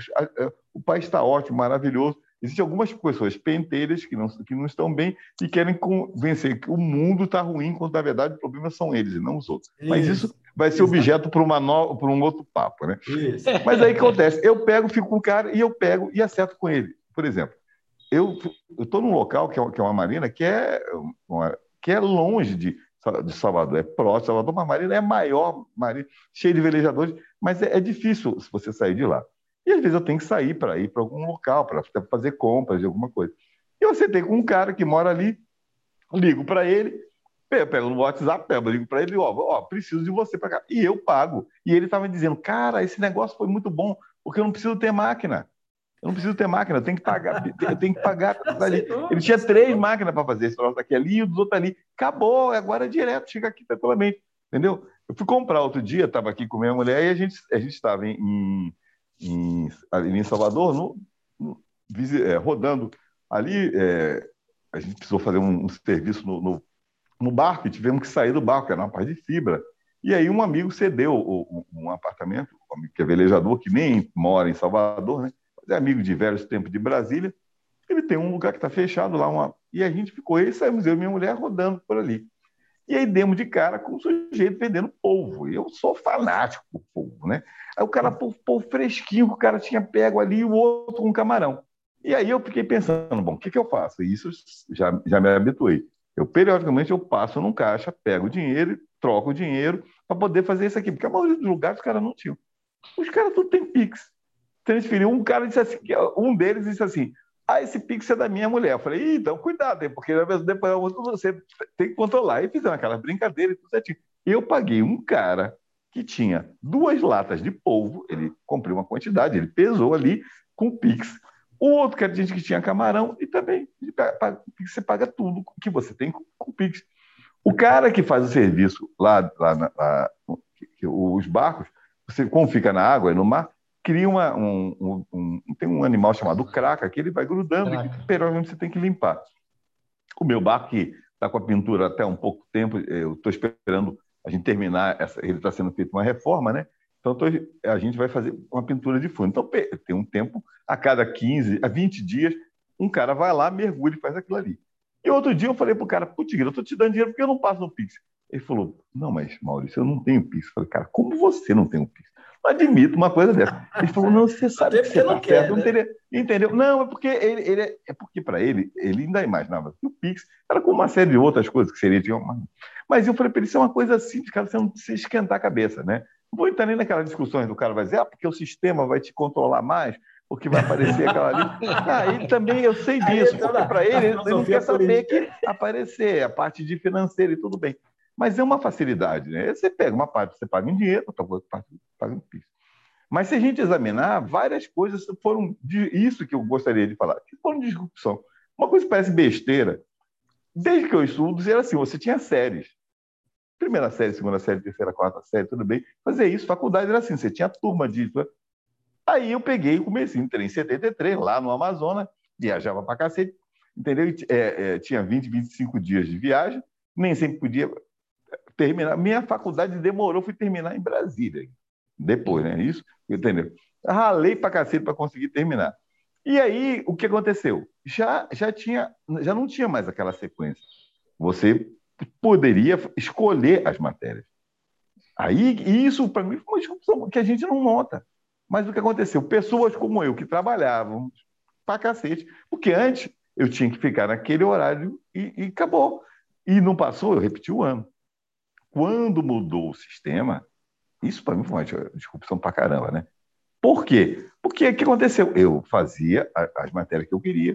[SPEAKER 3] o país está ótimo, maravilhoso. Existem algumas pessoas penteiras que não, que não estão bem e querem convencer que o mundo está ruim, quando na verdade os problemas são eles e não os outros. Isso, Mas isso vai ser exatamente. objeto para no... um outro papo, né? Isso. Mas aí o que acontece? Eu pego, fico com o cara e eu pego e acerto com ele. Por exemplo, eu estou num local que é, que é uma marina que é, uma, que é longe de, de Salvador, é próximo de Salvador, uma marina é a maior marina, cheia de velejadores, mas é, é difícil se você sair de lá. E às vezes eu tenho que sair para ir para algum local, para fazer compras de alguma coisa. E eu sentei com um cara que mora ali, ligo para ele, pego no WhatsApp, pego, ligo para ele, ó, ó, preciso de você para cá. E eu pago. E ele estava dizendo, cara, esse negócio foi muito bom, porque eu não preciso ter máquina. Eu não preciso ter máquina, eu tenho que pagar. Eu tenho que pagar. Ali. Ele tinha três máquinas para fazer, esse troço daqui ali e os outros ali. Acabou, agora é direto, chega aqui tranquilamente. Entendeu? Eu fui comprar outro dia, estava aqui com minha mulher e a gente a gente estava em, em Em, ali em Salvador, no, no, é, rodando ali, é, a gente precisou fazer um, um serviço no, no, no barco e tivemos que sair do barco, era uma parte de fibra. E aí um amigo cedeu o, um, um apartamento, um amigo que é velejador, que nem mora em Salvador, né? Mas é amigo de velhos tempos de Brasília. Ele tem um lugar que está fechado lá, uma... e a gente ficou, e saímos eu e minha mulher rodando por ali. E aí demos de cara com um sujeito vendendo polvo. E eu sou fanático por polvo, né? Aí o cara, polvo fresquinho, que o cara tinha pego ali, e o outro com camarão. E aí eu fiquei pensando, bom, o que, que eu faço? E isso já, já me habituei. Eu, periodicamente, eu passo num caixa, pego o dinheiro, troco o dinheiro para poder fazer isso aqui. Porque a maioria dos lugares os caras não tinham. Os caras tudo tem Pix. Transferiu. Um cara disse assim, um deles disse assim, ah, esse Pix é da minha mulher. Eu falei, então cuidado, porque depois você tem que controlar. E fizemos aquela brincadeira e tudo certinho. Eu paguei um cara que tinha duas latas de polvo, ele comprou uma quantidade, ele pesou ali com Pix. O outro que era gente que tinha camarão e também você paga tudo que você tem com Pix. O cara que faz o serviço lá, lá, na, lá os barcos, você, como fica na água e no mar, cria uma, um, um, um... Tem um animal chamado craca, que ele vai grudando craca. E que periodicamente você tem que limpar. O meu barco, que está com a pintura até um pouco tempo, eu estou esperando a gente terminar, essa, ele está sendo feito uma reforma, né? Então tô, a gente vai fazer uma pintura de fundo. Então tem um tempo, a cada quinze, a vinte dias, um cara vai lá, mergulha e faz aquilo ali. E outro dia eu falei para o cara, putz, eu estou te dando dinheiro porque eu não passo no Pix. Ele falou, não, mas Maurício, eu não tenho Pix. Eu falei, cara, como você não tem um Pix? Não admito uma coisa dessa. Ele falou, não, você sabe que você está certo. Não teria... Entendeu? Não, é porque ele, ele é, é porque para ele, ele ainda imaginava que o Pix era com uma série de outras coisas que seria de uma... Mas eu falei para ele, isso é uma coisa simples, cara, você não precisa esquentar a cabeça, né? Não vou entrar nem naquelas discussões do cara vai dizer, ah, porque o sistema vai te controlar mais, porque vai aparecer aquela ali. Ah, ele também, eu sei disso, porque para ele, ele não quer saber que aparecer, a parte de financeira e tudo bem. Mas é uma facilidade, né? Você pega uma parte, você paga em dinheiro, outra parte você paga em Pix. Mas se a gente examinar, várias coisas foram de isso que eu gostaria de falar, que foram de disrupção. Uma coisa que parece besteira. Desde que eu estudo, era assim, você tinha séries. Primeira série, segunda série, terceira, quarta série, tudo bem. Fazer isso, faculdade era assim, você tinha turma disso. Aí eu peguei e comecei, entrei em setenta e três, lá no Amazonas, viajava pra cacete, entendeu? E, é, é, tinha vinte, vinte e cinco dias de viagem, nem sempre podia terminar. Minha faculdade demorou, fui terminar em Brasília. Depois, né? Isso, entendeu? Ralei pra cacete para conseguir terminar. E aí, o que aconteceu? Já, já, tinha, já não tinha mais aquela sequência. Você poderia escolher as matérias. Aí, isso, para mim, foi uma discussão que a gente não nota. Mas o que aconteceu? Pessoas como eu, que trabalhavam pra cacete, porque antes eu tinha que ficar naquele horário e, e acabou. E não passou, eu repeti o ano. Quando mudou o sistema, isso para mim foi uma disrupção pra caramba, né? Por quê? Porque o que aconteceu? Eu fazia as matérias que eu queria.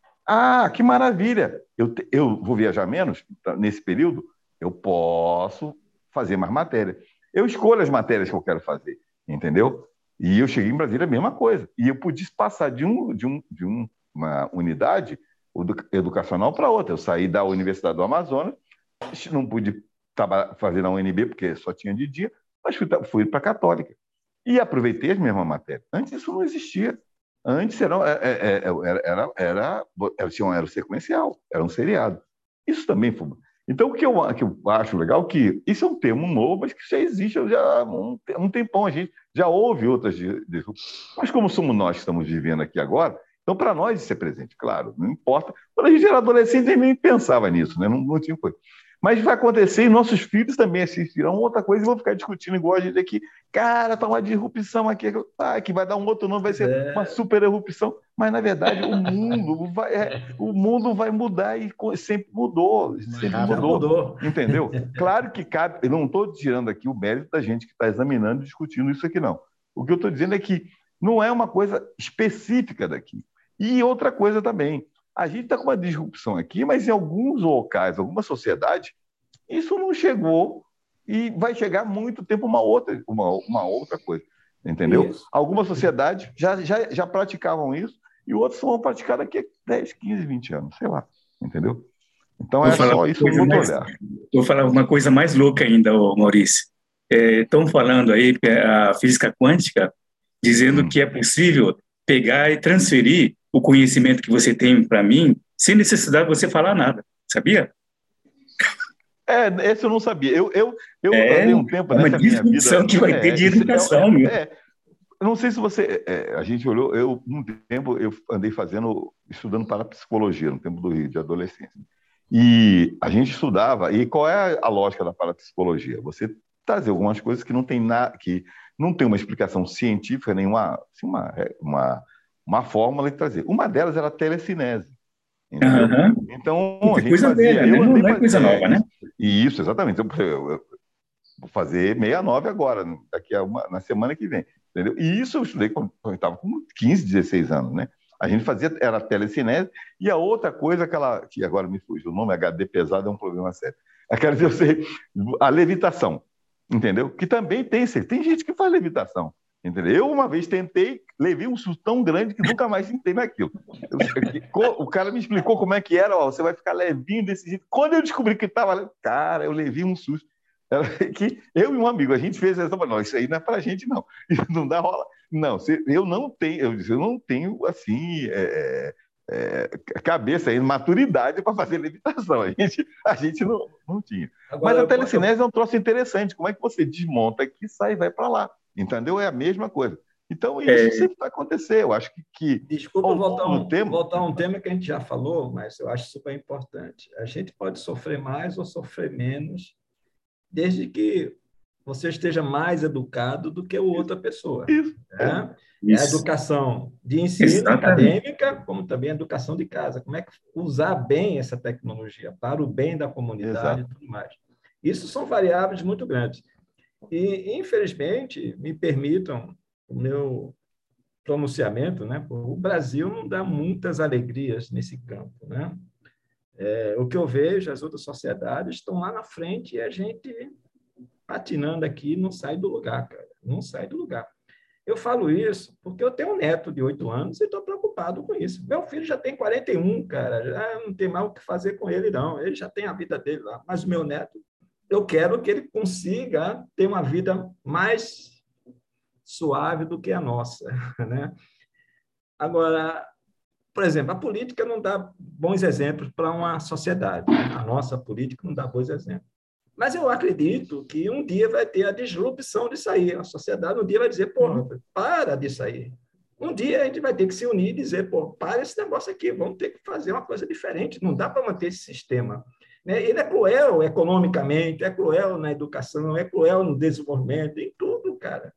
[SPEAKER 3] Ah, que maravilha! Eu, te, eu vou viajar menos nesse período, eu posso fazer mais matérias. Eu escolho as matérias que eu quero fazer, entendeu? E eu cheguei em Brasília, a mesma coisa. E eu podia passar de, um, de, um, de um, uma unidade educacional para outra. Eu saí da Universidade do Amazonas, não pude fazer na U N B, porque só tinha de dia, mas fui, fui para a Católica. E aproveitei as mesmas matérias. Antes isso não existia. Antes era, era, era, era, era, era um sequencial, era um seriado. Isso também foi. Então, o que eu, que eu acho legal é que isso é um termo novo, mas que já existe já há um, um tempão. A gente já houve outras. De, de, mas como somos nós que estamos vivendo aqui agora, então, para nós isso é presente, claro, não importa. Quando a gente era adolescente, a gente nem pensava nisso, né? não, não tinha coisa. Mas vai acontecer e nossos filhos também assistirão outra coisa e vão ficar discutindo igual a gente aqui. Cara, tá uma disrupção aqui, ah, que vai dar um outro nome, vai ser é. uma super erupção. Mas, na verdade, o mundo vai, é, o mundo vai mudar e sempre mudou. Sempre mudou, mudou. Entendeu? Claro que cabe. Eu não estou tirando aqui o mérito da gente que está examinando e discutindo isso aqui, não. O que eu estou dizendo é que não é uma coisa específica daqui. E outra coisa também. A gente está com uma disrupção aqui, mas em alguns locais, alguma sociedade, isso não chegou e vai chegar muito tempo uma outra, uma, uma outra coisa, entendeu? Isso. Algumas sociedades já, já, já praticavam isso e outras vão praticar daqui a dez, quinze, vinte anos, sei lá, entendeu? Então vou é só isso um outro olhar.
[SPEAKER 4] Vou falar uma coisa mais louca ainda, Maurício. Estão é, falando aí a física quântica, dizendo hum. que é possível pegar e transferir o conhecimento que você tem para mim, sem necessidade de você falar nada, sabia?
[SPEAKER 3] É, esse eu não sabia. Eu, eu, eu é, andei um tempo
[SPEAKER 4] é
[SPEAKER 3] nessa minha vida...
[SPEAKER 4] que vai ter
[SPEAKER 3] é,
[SPEAKER 4] de educação,
[SPEAKER 3] é,
[SPEAKER 4] meu.
[SPEAKER 3] É, não sei se você... É, a gente olhou... Eu, um tempo, eu andei fazendo... Estudando parapsicologia, no tempo do Rio, de adolescência. E a gente estudava... E qual é a lógica da parapsicologia? Você trazer algumas coisas que não tem nada... Que não tem uma explicação científica, nenhuma... Assim, uma... uma uma fórmula de trazer. Uma delas era a telecinese. Entendeu? Uhum. Então,
[SPEAKER 4] que
[SPEAKER 3] a gente
[SPEAKER 4] coisa
[SPEAKER 3] fazia...
[SPEAKER 4] velha,
[SPEAKER 3] eu
[SPEAKER 4] né?
[SPEAKER 3] andei,
[SPEAKER 4] não é coisa
[SPEAKER 3] é,
[SPEAKER 4] nova, né?
[SPEAKER 3] E isso, exatamente. Eu, eu, eu vou fazer sessenta e nove agora, daqui a uma, na semana que vem. Entendeu? E isso eu estudei quando eu estava com quinze, dezesseis anos, né? A gente fazia, era a telecinese, e a outra coisa, aquela, que agora me fugiu, o nome H D pesado é um problema sério. Aquela, eu sei, a levitação, entendeu? Que também tem, tem gente que faz levitação. Entendeu? Eu, uma vez, tentei, levei um susto tão grande que nunca mais tentei naquilo. Eu, o cara me explicou como é que era, ó, você vai ficar levinho desse jeito. Quando eu descobri que estava... Cara, eu levei um susto. Era que eu e um amigo, a gente fez essa... Não, isso aí não é pra gente, não. Isso não dá rola. Não, eu não tenho, eu, disse, eu não tenho, assim, é, é, cabeça aí, maturidade para fazer levitação. A gente, a gente não, não tinha. Agora, mas a telecinese eu... é um troço interessante. Como é que você desmonta aqui, sai e vai para lá? Entendeu? É a mesma coisa. Então, isso é... sempre vai acontecer. Eu acho que... que
[SPEAKER 2] Desculpa voltar um, tempo... voltar um tema que a gente já falou, mas eu acho super importante. A gente pode sofrer mais ou sofrer menos, desde que você esteja mais educado do que outra pessoa.
[SPEAKER 3] Isso.
[SPEAKER 2] Né? Isso. É a educação de ensino, exatamente, acadêmica, como também a educação de casa. Como é que usar bem essa tecnologia para o bem da comunidade. Exato. E tudo mais. Isso são variáveis muito grandes. E, infelizmente, me permitam o meu pronunciamento, né? O Brasil não dá muitas alegrias nesse campo, né? É, o que eu vejo, as outras sociedades estão lá na frente e a gente patinando aqui não sai do lugar, cara. Não sai do lugar. Eu falo isso porque eu tenho um neto de oito anos e estou preocupado com isso. Meu filho já tem quarenta e um, cara. Já não tem mais o que fazer com ele, não. Ele já tem a vida dele lá. Mas o meu neto, eu quero que ele consiga ter uma vida mais suave do que a nossa, né? Agora, por exemplo, a política não dá bons exemplos para uma sociedade. Né? A nossa política não dá bons exemplos. Mas eu acredito que um dia vai ter a disrupção disso aí. A sociedade um dia vai dizer, pô, para disso aí. Um dia a gente vai ter que se unir e dizer, pô, para esse negócio aqui, vamos ter que fazer uma coisa diferente. Não dá para manter esse sistema. Ele é cruel economicamente, é cruel na educação, é cruel no desenvolvimento, em tudo, cara.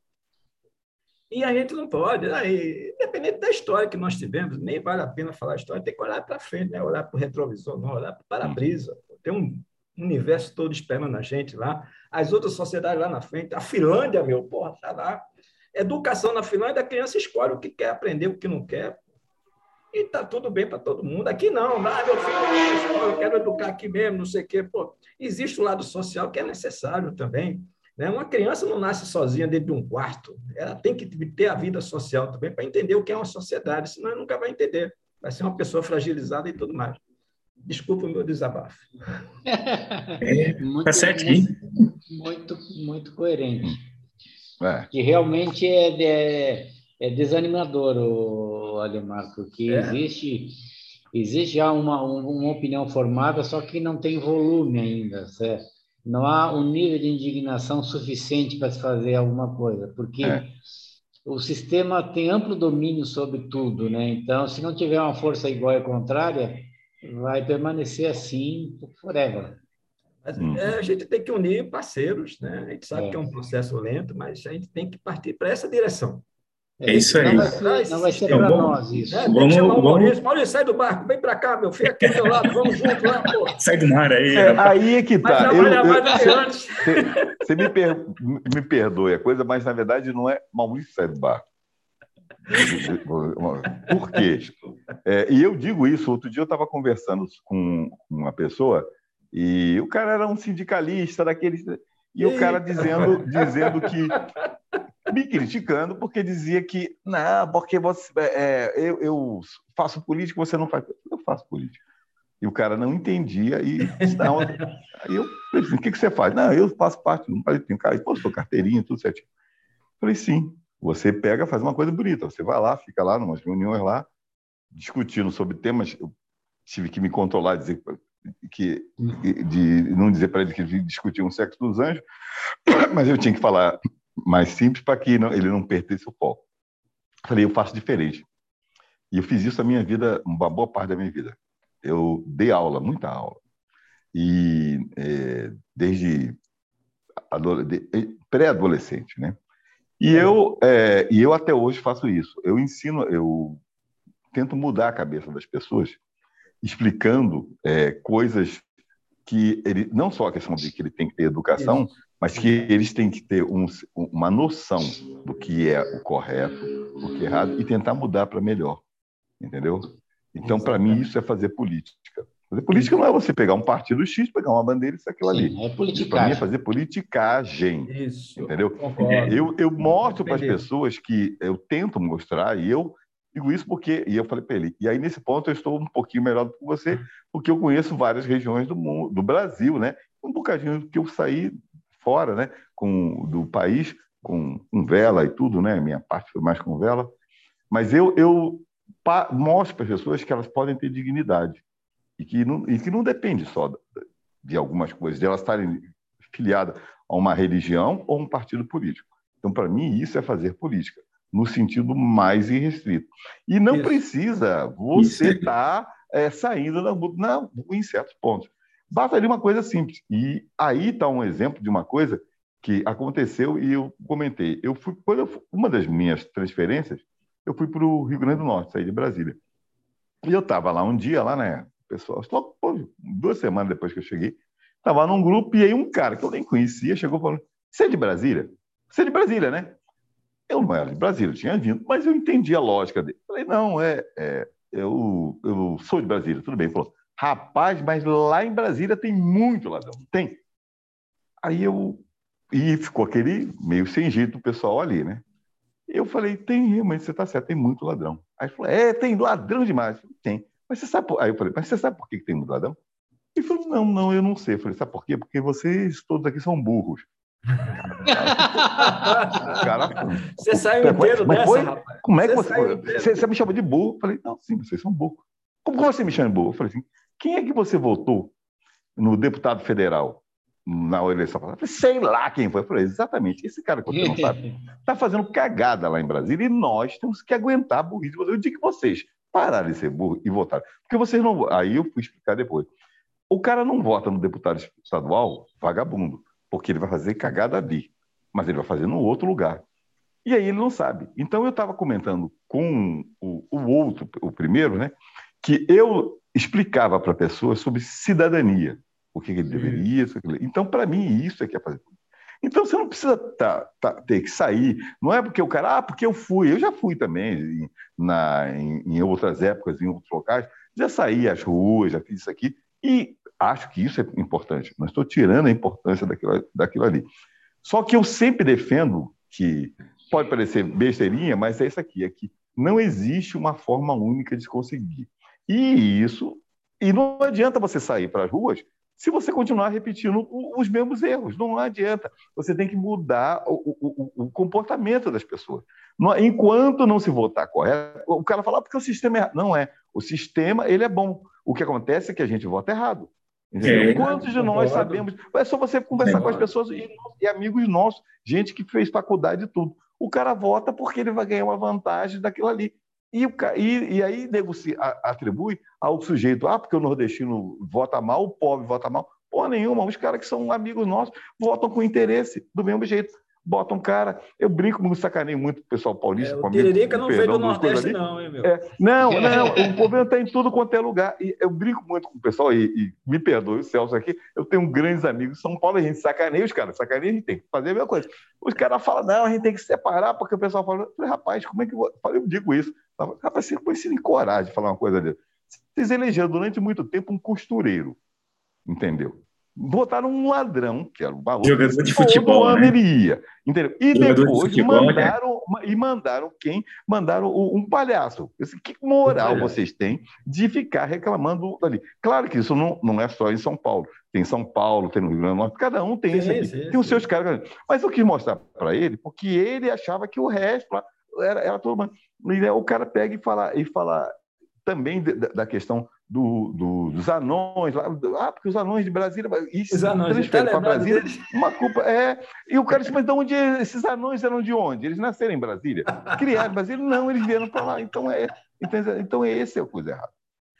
[SPEAKER 2] E a gente não pode, né? Independente da história que nós tivemos, nem vale a pena falar a história, tem que olhar para frente, né? Olhar para o retrovisor, não olhar para o para-brisa. Tem um universo todo esperando a gente lá, as outras sociedades lá na frente, a Finlândia, meu, porra, tá lá. Educação na Finlândia, a criança escolhe o que quer aprender, o que não quer, e tá tudo bem para todo mundo. Aqui não, ah, meu filho, eu quero educar aqui mesmo, não sei o quê. Pô, existe o lado social que é necessário também. Né? Uma criança não nasce sozinha dentro de um quarto, ela tem que ter a vida social também para entender o que é uma sociedade, senão ela nunca vai entender. Vai ser uma pessoa fragilizada e tudo mais. Desculpa o meu desabafo.
[SPEAKER 4] É,
[SPEAKER 1] muito,
[SPEAKER 4] tá certinho.
[SPEAKER 1] Muito, muito coerente.
[SPEAKER 3] É.
[SPEAKER 1] Que realmente é, é, é desanimador, o Ademar, porque
[SPEAKER 2] É.
[SPEAKER 1] existe, existe já uma, uma opinião formada, só que não tem volume ainda, certo? Não há um nível de indignação suficiente para se fazer alguma coisa, porque
[SPEAKER 3] É.
[SPEAKER 1] o sistema tem amplo domínio sobre tudo, né? Então, se não tiver uma força igual e contrária, vai permanecer assim forever.
[SPEAKER 2] Mas,
[SPEAKER 3] Hum.
[SPEAKER 2] é, a gente tem que unir parceiros, né? A gente sabe
[SPEAKER 1] É.
[SPEAKER 2] que é um processo lento, mas a gente tem que partir para essa direção.
[SPEAKER 4] É isso aí.
[SPEAKER 1] Não vai ser, não vai ser para nós isso.
[SPEAKER 2] É, tem
[SPEAKER 4] Vamos-
[SPEAKER 2] que chamar o
[SPEAKER 4] vamos-
[SPEAKER 2] Maurício. Maurício, sai do barco, vem para cá, meu filho, aqui do meu lado, vamos junto lá, pô.
[SPEAKER 4] Sai do mar aí,
[SPEAKER 3] É,
[SPEAKER 4] rapaz.
[SPEAKER 3] aí é que
[SPEAKER 2] Vai
[SPEAKER 3] tá. Eu-
[SPEAKER 2] trabalhar
[SPEAKER 3] eu-
[SPEAKER 2] mais do que antes.
[SPEAKER 3] Você me, per- me perdoe a coisa, mas na verdade não é Maurício sai do barco. Por quê? É, e eu digo isso, outro dia eu estava conversando com uma pessoa e o cara era um sindicalista daqueles. E o cara dizendo, dizendo que. Me criticando porque dizia que. Não, porque você. É, eu, eu faço política, você não faz. Eu faço política. E o cara não entendia e disse, não. Aí eu falei assim, o que, que você faz? Não, eu faço parte de um país, tenho cara, postou carteirinha, tudo certinho. Falei, sim, você pega, faz uma coisa bonita. Você vai lá, fica lá, numas reuniões lá, discutindo sobre temas. Eu tive que me controlar, dizer que, de não dizer para ele que discutia um sexo dos anjos, mas eu tinha que falar mais simples para que não, ele não perdesse o foco. Falei, eu faço diferente. E eu fiz isso a minha vida, uma boa parte da minha vida. Eu dei aula, muita aula. E é, desde pré-adolescente, né? E eu, é, e eu até hoje faço isso. Eu ensino, eu tento mudar a cabeça das pessoas, explicando é, coisas que ele, não só a questão de que ele tem que ter educação, isso. Mas que eles têm que ter um, uma noção do que é o correto, o que é errado, e tentar mudar para melhor. Entendeu? Então, para mim, isso é fazer política. Fazer política não é você pegar um partido X, pegar uma bandeira e isso aquilo ali.
[SPEAKER 1] Sim, é politicagem.
[SPEAKER 3] Para mim é fazer politicagem. Isso. Entendeu? Eu, eu mostro para as pessoas que eu tento mostrar, e eu digo isso porque, e eu falei para ele, e aí nesse ponto eu estou um pouquinho melhor do que você, porque eu conheço várias regiões do mundo, do Brasil, né? Um bocadinho que eu saí fora, né? Com, do país, com, com vela e tudo, né? Minha parte foi mais com vela. Mas eu, eu pa, mostro para as pessoas que elas podem ter dignidade e que não, e que não depende só de algumas coisas, de elas estarem filiadas a uma religião ou um partido político. Então, para mim, isso é fazer política, no sentido mais irrestrito. E não isso. precisa você estar tá, é, saindo da não, em certos pontos. Basta ali uma coisa simples. E aí está um exemplo de uma coisa que aconteceu e eu comentei. Eu fui, quando eu fui, uma das minhas transferências, eu fui para o Rio Grande do Norte, saí de Brasília. E eu estava lá um dia, lá, né? Pessoal, só duas semanas depois que eu cheguei, estava num grupo e aí um cara que eu nem conhecia chegou falando: você é de Brasília? Você é de Brasília, né? Eu não era de Brasília, eu tinha vindo, mas eu entendi a lógica dele. Falei, não, é, é eu, eu sou de Brasília, tudo bem. Ele falou, rapaz, mas lá em Brasília tem muito ladrão. Tem. Aí eu... E ficou aquele meio sem jeito o pessoal ali, né? Eu falei, tem, realmente, você está certo, tem muito ladrão. Aí ele falou, é, tem ladrão demais. Eu falei, tem. Mas você sabe por... Aí eu falei, mas você sabe por que tem muito ladrão? Ele falou, não, não, eu não sei. Eu falei, sabe por quê? Porque vocês todos aqui são burros.
[SPEAKER 2] O
[SPEAKER 3] cara,
[SPEAKER 2] você saiu inteiro
[SPEAKER 3] mas
[SPEAKER 2] dessa,
[SPEAKER 3] foi?
[SPEAKER 2] rapaz.
[SPEAKER 3] Como é que
[SPEAKER 2] Você
[SPEAKER 3] você...
[SPEAKER 2] saiu inteiro.
[SPEAKER 3] Você, você me chamou de burro? Eu falei, não, sim, vocês são burros. Como que você me chama de burro? Eu falei assim, quem é que você votou no deputado federal na eleição passada? Eu falei, sei lá quem foi. Eu falei, exatamente, esse cara que você não sabe está fazendo cagada lá em Brasília e nós temos que aguentar a burrice. Eu digo que vocês pararam de ser burros e votaram. Porque vocês não... Aí eu fui explicar depois. O cara não vota no deputado estadual vagabundo, porque ele vai fazer cagada ali, mas ele vai fazer no outro lugar. E aí ele não sabe. Então eu estava comentando com o, o outro, o primeiro, né, que eu explicava para a pessoa sobre cidadania, o que ele deveria... Isso, então, para mim, isso é que é fazer política. Então, você não precisa tá, tá, ter que sair. Não é porque o cara... Ah, porque eu fui. Eu já fui também, em, na, em, em outras épocas, em outros locais. Já saí às ruas, já fiz isso aqui. E acho que isso é importante. Não estou tirando a importância daquilo, daquilo ali. Só que eu sempre defendo que... Pode parecer besteirinha, mas é isso aqui. É que não existe uma forma única de conseguir. E isso... E não adianta você sair para as ruas se você continuar repetindo os mesmos erros. Não adianta. Você tem que mudar o, o, o comportamento das pessoas. Enquanto não se votar correto, o cara fala, ah, porque o sistema é errado. Não é. O sistema, ele é bom. O que acontece é que a gente vota errado. É. Quantos de nós sabemos? É só você conversar é. com as pessoas e, e amigos nossos, gente que fez faculdade e tudo. O cara vota porque ele vai ganhar uma vantagem daquilo ali. E, o, e, e aí nego se atribui ao sujeito, ah, porque o nordestino vota mal, o pobre vota mal. Porra nenhuma, os caras que são amigos nossos votam com interesse, do mesmo jeito. Botam um cara, eu brinco, me sacaneio muito o pessoal paulista.
[SPEAKER 2] É, o Tiririca não veio do Nordeste não, hein, meu?
[SPEAKER 3] É, não, não, o problema está em tudo quanto é lugar. E eu brinco muito com o pessoal, e, e me perdoe o Celso aqui, eu tenho grandes amigos de São Paulo, a gente sacaneia os caras, sacaneia a gente tem que fazer a mesma coisa. Os caras falam, não, a gente tem que separar, porque o pessoal fala, eu falei, rapaz, como é que eu vou... Eu digo isso. Rapaz, você precisa em coragem de falar uma coisa dessa. Vocês elegeram durante muito tempo um costureiro, entendeu? Botaram um ladrão, que era o Barroso,
[SPEAKER 4] jogador de futebol,
[SPEAKER 3] todo ano
[SPEAKER 4] né?
[SPEAKER 3] ele ia, entendeu? E
[SPEAKER 4] jogador
[SPEAKER 3] depois
[SPEAKER 4] de futebol,
[SPEAKER 3] mandaram, né? E mandaram quem? Mandaram um palhaço. Que moral vocês têm de ficar reclamando ali? Claro que isso não, não é só em São Paulo. Tem São Paulo, tem no Rio Grande do Norte, cada um tem isso aqui. Sim, tem os seus caras. Mas eu quis mostrar para ele, porque ele achava que o resto lá era, era todo mundo. O cara pega e fala, e fala também da, da questão do, do, dos anões, lá, ah, porque os anões de Brasília, isso
[SPEAKER 2] os anões,
[SPEAKER 3] transfere para Brasília, deles. Uma culpa é. E o cara disse, mas de onde esses anões eram de onde? Eles nasceram em Brasília? Criaram em Brasília? Não, eles vieram para lá. Então é, então, então é esse é a coisa errada.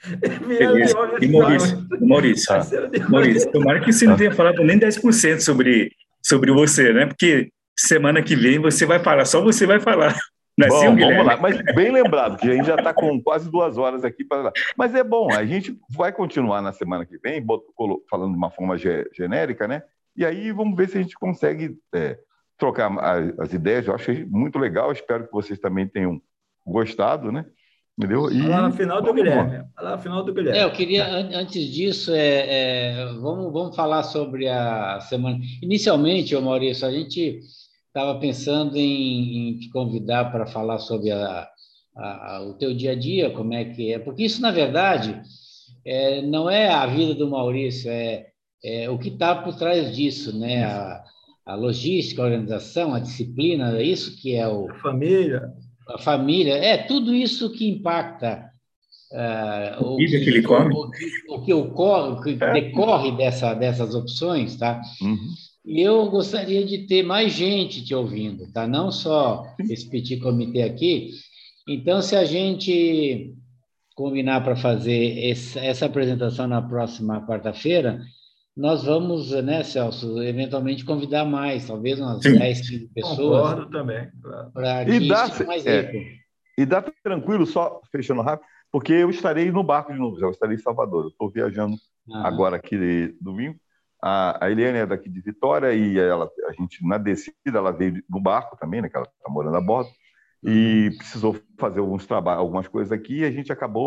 [SPEAKER 4] E Maurício, Maurício, ah. Maurício, tomara que você não tenha falado nem dez por cento sobre, sobre você, né? Porque semana que vem você vai falar, só você vai falar.
[SPEAKER 3] Bom, vamos lá, mas bem lembrado, que a gente já está com quase duas horas aqui para lá. Mas é bom, a gente vai continuar na semana que vem, falando de uma forma genérica, né? E aí vamos ver se a gente consegue é, trocar as ideias. Eu achei muito legal, espero que vocês também tenham gostado, né? Entendeu? E
[SPEAKER 2] lá no final do Guilherme. Lá no final do Guilherme.
[SPEAKER 1] É, eu queria, antes disso, é, é, vamos, vamos falar sobre a semana. Inicialmente, ô Maurício, a gente estava pensando em, em te convidar para falar sobre a, a, a, o teu dia a dia, como é que é, porque isso, na verdade, é, não é a vida do Maurício, é, é o que está por trás disso, né? A, a logística, a organização, a disciplina, é isso que é o...
[SPEAKER 2] A família.
[SPEAKER 1] A família, é tudo isso que impacta uh, o,
[SPEAKER 4] que,
[SPEAKER 1] que, o, o, o que ocorre, o que decorre dessa, dessas opções, tá?
[SPEAKER 3] Uhum.
[SPEAKER 1] E eu gostaria de ter mais gente te ouvindo, tá? Não só esse petit comitê aqui. Então, se a gente combinar para fazer esse, essa apresentação na próxima quarta-feira, nós vamos, né, Celso, eventualmente convidar mais, talvez umas Sim. dez, quinze pessoas.
[SPEAKER 2] Concordo também. Claro.
[SPEAKER 1] Para que
[SPEAKER 3] dá,
[SPEAKER 1] isso mais
[SPEAKER 3] é, E dá tranquilo, só fechando rápido, porque eu estarei no barco de novo, já eu estarei em Salvador. Eu estou viajando ah. agora aqui de domingo. A, a Eliane é daqui de Vitória e ela, a gente, na descida, ela veio no barco também, né, que ela está morando a bordo, e precisou fazer alguns trabalhos, algumas coisas aqui, e a gente acabou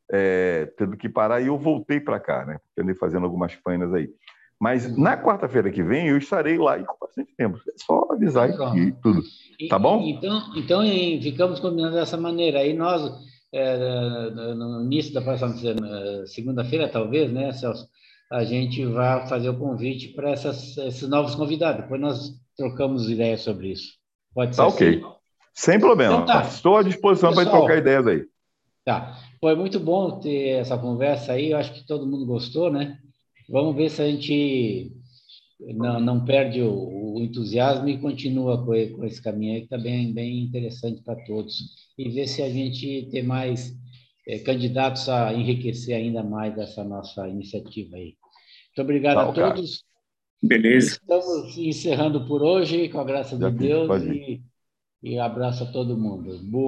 [SPEAKER 3] é, tendo que parar, e eu voltei para cá, né? Porque andei fazendo algumas fainas aí. Mas na quarta-feira que vem eu estarei lá e com bastante tempo. É só avisar
[SPEAKER 1] Então,
[SPEAKER 3] e
[SPEAKER 1] pronto.
[SPEAKER 3] tudo. Tá bom?
[SPEAKER 1] Então, então em- ficamos combinando dessa maneira. Aí nós, é, no no início da próxima semana, segunda-feira, talvez, né, Celso, a gente vai fazer o convite para essas, esses novos convidados. Depois nós trocamos ideias sobre isso. Pode ser
[SPEAKER 3] Tá ok.
[SPEAKER 1] assim?
[SPEAKER 3] Sem
[SPEAKER 1] Então
[SPEAKER 3] problema.
[SPEAKER 1] tá.
[SPEAKER 3] Estou à disposição para trocar
[SPEAKER 1] Pessoal,
[SPEAKER 3] ideias aí.
[SPEAKER 1] tá. Foi muito bom ter essa conversa aí. Eu acho que todo mundo gostou, né? Vamos ver se a gente não, não perde o, o entusiasmo e continua com, com esse caminho aí, que está bem, bem interessante para todos. E ver se a gente tem mais eh, candidatos a enriquecer ainda mais essa nossa iniciativa aí. Muito obrigado
[SPEAKER 3] Tá,
[SPEAKER 1] a
[SPEAKER 3] o cara.
[SPEAKER 1] todos.
[SPEAKER 4] Beleza.
[SPEAKER 1] Estamos encerrando por hoje, com a graça de
[SPEAKER 3] Já fiz,
[SPEAKER 1] Deus,
[SPEAKER 3] pode ir.
[SPEAKER 1] e, e abraço a todo mundo. Boa